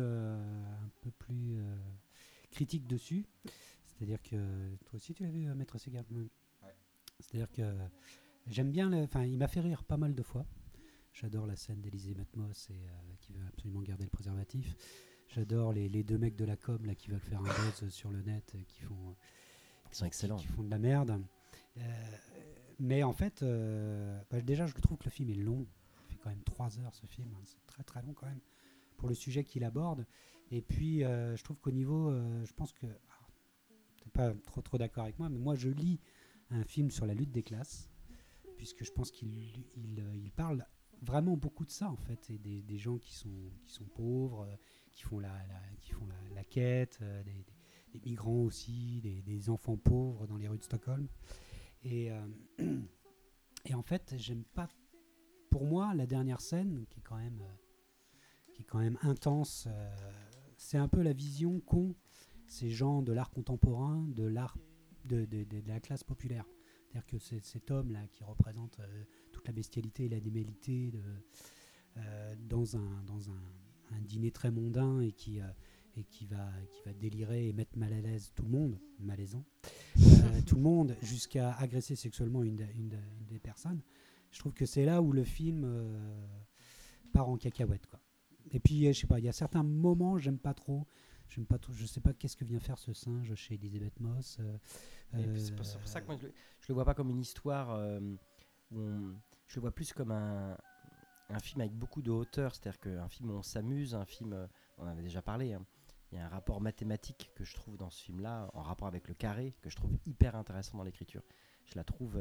critique dessus. C'est-à-dire que toi aussi tu l'as vu, Maître Segal. Ouais. C'est-à-dire que j'aime bien, il m'a fait rire pas mal de fois. J'adore la scène d'Élysée Matmos qui veut absolument garder le préservatif. J'adore les deux mecs de la com là, qui veulent faire un buzz sur le net, qui sont excellents, qui font de la merde. Mais en fait, déjà, je trouve que le film est long. Il fait quand même 3 heures ce film. C'est très très long quand même pour le sujet qu'il aborde. Et puis, je trouve qu'au niveau, je pense que t'es pas trop d'accord avec moi, mais moi, je lis un film sur la lutte des classes, puisque je pense qu'il parle vraiment beaucoup de ça en fait, et des gens qui sont pauvres, qui font la quête, des migrants aussi, des enfants pauvres dans les rues de Stockholm. Et en fait, j'aime pas. Pour moi, la dernière scène, qui est quand même intense, c'est un peu la vision qu'ont ces gens de l'art contemporain, de l'art de la classe populaire. C'est-à-dire que c'est cet homme-là qui représente toute la bestialité et l'animalité dans un dîner très mondain et qui va délirer et mettre mal à l'aise tout le monde, malaisant, tout le monde, jusqu'à agresser sexuellement une des personnes. Je trouve que c'est là où le film part en cacahuète, quoi. Et puis, je sais pas, il y a certains moments, j'aime pas trop. Je sais pas qu'est-ce que vient faire ce singe chez Elisabeth Moss. C'est pour ça que moi, je le vois pas comme une histoire. Je le vois plus comme un film avec beaucoup de hauteur. C'est-à-dire qu'un film où on s'amuse, un film, on en avait déjà parlé, hein. Il il y a un rapport mathématique que je trouve dans ce film-là, en rapport avec le carré, que je trouve hyper intéressant dans l'écriture. Je la trouve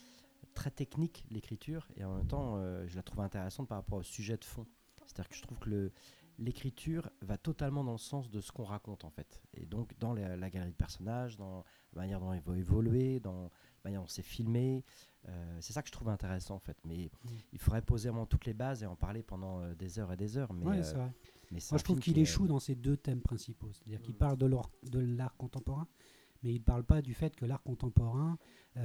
très technique, l'écriture, et en même temps, je la trouve intéressante par rapport au sujet de fond. C'est-à-dire que je trouve que l'écriture va totalement dans le sens de ce qu'on raconte, en fait. Et donc, dans la galerie de personnages, dans la manière dont il va évoluer, dans la manière dont c'est filmé, c'est ça que je trouve intéressant, en fait. Mais il faudrait poser vraiment toutes les bases et en parler pendant des heures et des heures. Mais, Ouais, c'est vrai. mais c'est Moi, un je trouve film qu'il qui est- échoue dans ces deux thèmes principaux. C'est-à-dire qu'il parle de l'art contemporain, mais il ne parle pas du fait que l'art contemporain,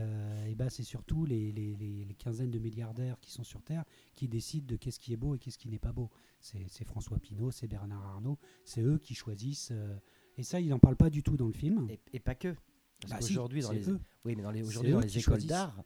c'est surtout les quinzaines de milliardaires qui sont sur Terre qui décident de qu'est-ce qui est beau et qu'est-ce qui n'est pas beau. C'est François Pinault, c'est Bernard Arnault, c'est eux qui choisissent. Et ça, il n'en parle pas du tout dans le film. Et pas que. Parce Bah qu'aujourd'hui, si, dans c'est les, eux. oui, mais C'est aujourd'hui, eux dans qui les écoles choisissent. d'art,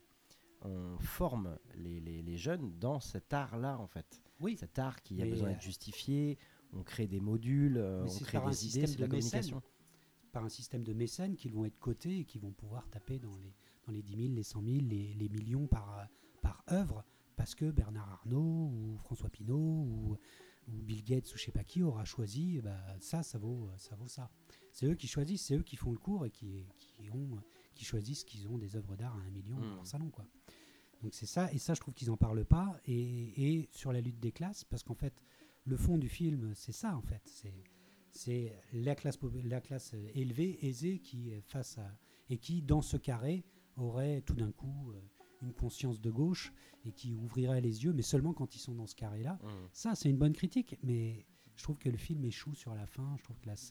on forme les jeunes dans cet art-là, en fait. Oui, Cet art qui a Mais, besoin d'être justifié, on crée des modules, on c'est crée par un des idées, système c'est de la de mécène. communication. par un système de mécènes qui vont être cotés et qui vont pouvoir taper dans les 10 000, les 100 000, les millions par œuvre, parce que Bernard Arnault ou François Pinault ou Bill Gates ou je sais pas qui aura choisi, ça vaut ça. C'est eux qui choisissent, c'est eux qui font le cours et qui choisissent qu'ils ont des œuvres d'art à 1 million dans leur salon, quoi. Donc c'est ça, et ça je trouve qu'ils n'en parlent pas, et sur la lutte des classes, parce qu'en fait le fond du film c'est ça, en fait, c'est la classe élevée, aisée, qui et qui dans ce carré aurait tout d'un coup une conscience de gauche et qui ouvrirait les yeux, mais seulement quand ils sont dans ce carré-là. Ça, c'est une bonne critique, mais je trouve que le film échoue sur la fin. Je trouve que la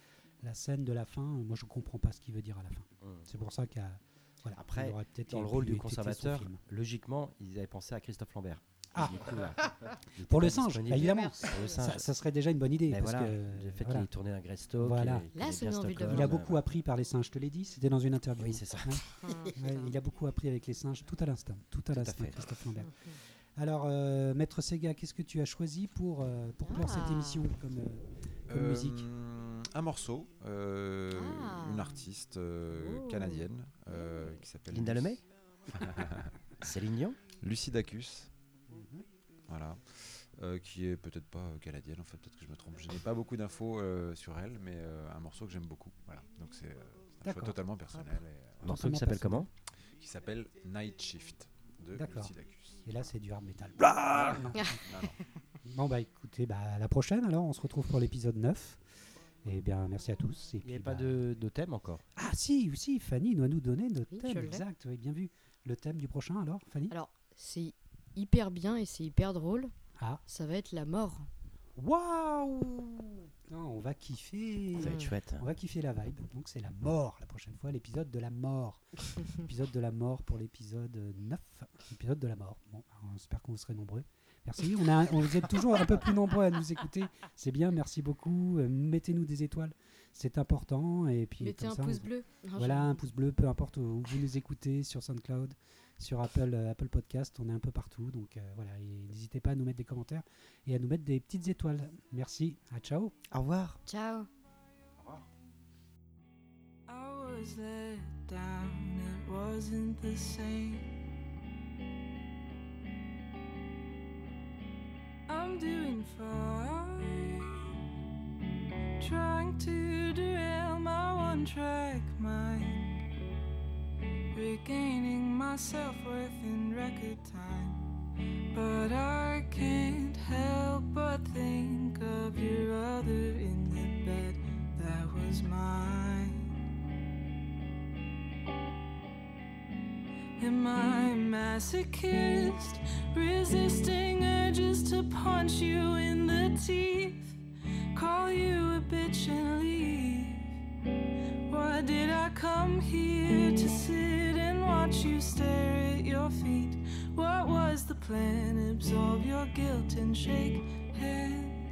scène de la fin, moi, je comprends pas ce qu'il veut dire à la fin. C'est pour ça Après, il aurait peut-être dans le pu rôle du écouter son conservateur, film. logiquement, ils avaient pensé à Christophe Lambert. Ah. Du coup, là, il était Pour pas le singe, disponible. évidemment. Merci. Pour le singe. Ça serait déjà une bonne idée. Mais Parce voilà, que, le fait voilà. qu'il ait tourné un Greystock. Voilà. Là, ça donne envie de le Il a voir. beaucoup appris par les singes, je te l'ai dit, c'était dans une interview. Oui, c'est ça. Ouais. Ah, Ouais, putain. il a beaucoup appris avec les singes, tout à l'instant, fait. Christophe Lambert. Alors, Maître Sega, qu'est-ce que tu as choisi pour clore cette émission comme musique? Un morceau, une artiste canadienne qui s'appelle Linda Lemay Céline Dion Lucy Dacus. Voilà. Qui est peut-être pas canadienne, en fait, peut-être que je me trompe. Je n'ai pas beaucoup d'infos sur elle, mais un morceau que j'aime beaucoup. Voilà. Donc c'est un choix D'accord. totalement personnel. Et, Un morceau qui s'appelle comment? qui s'appelle Night Shift de D'accord. Lucy Dacus. Et là, c'est du hard metal. Non, non. Bon, écoutez, à la prochaine, alors, on se retrouve pour l'épisode 9. Et bien, merci à tous. Et Il n'y avait puis, pas de thème encore. Ah, si, Fanny doit nous donner notre Oui, thème, je l'ai. exact, oui, bien vu. Le thème du prochain, alors, Fanny? Alors, c'est hyper bien et c'est hyper drôle. Ah, Ça va être la mort. waouh! Non, on va kiffer. Ça va être chouette. On va kiffer la vibe. Donc c'est la mort la prochaine fois, l'épisode de la mort. L'épisode de la mort pour l'épisode 9. L'épisode de la mort. Bon, on espère qu'on serez nombreux. Merci. Vous êtes toujours un peu plus nombreux à nous écouter. C'est bien, merci beaucoup. Mettez-nous des étoiles. C'est important. Et puis, Mettez comme un ça, pouce bleu. Voilà, un pouce bleu, peu importe où vous nous écoutez, sur SoundCloud, sur Apple Podcast, on est un peu partout. Donc voilà, et n'hésitez pas à nous mettre des commentaires et à nous mettre des petites étoiles. Merci. À ciao. Au revoir. Ciao. I was let down, it wasn't the same. I'm doing fine, trying to derail my one-track mind, regaining my self-worth in record time. But I can't help but think of your other in the bed that was mine. Am I a masochist, resisting urges to punch you in the teeth, call you a bitch and leave? Why did I come here to sit and watch you stare at your feet? What was the plan? Absorb your guilt and shake hands.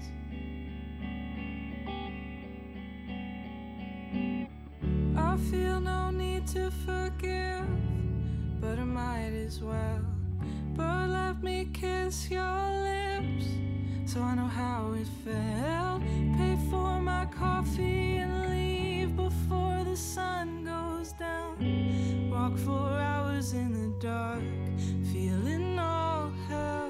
I feel no need to forgive, but I might as well. But let me kiss your lips, so I know how it felt. Pay for my coffee and leave before the sun goes down. Walk 4 hours in the dark, feeling all hell.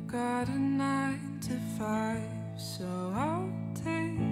got a 9 to 5, so I'll take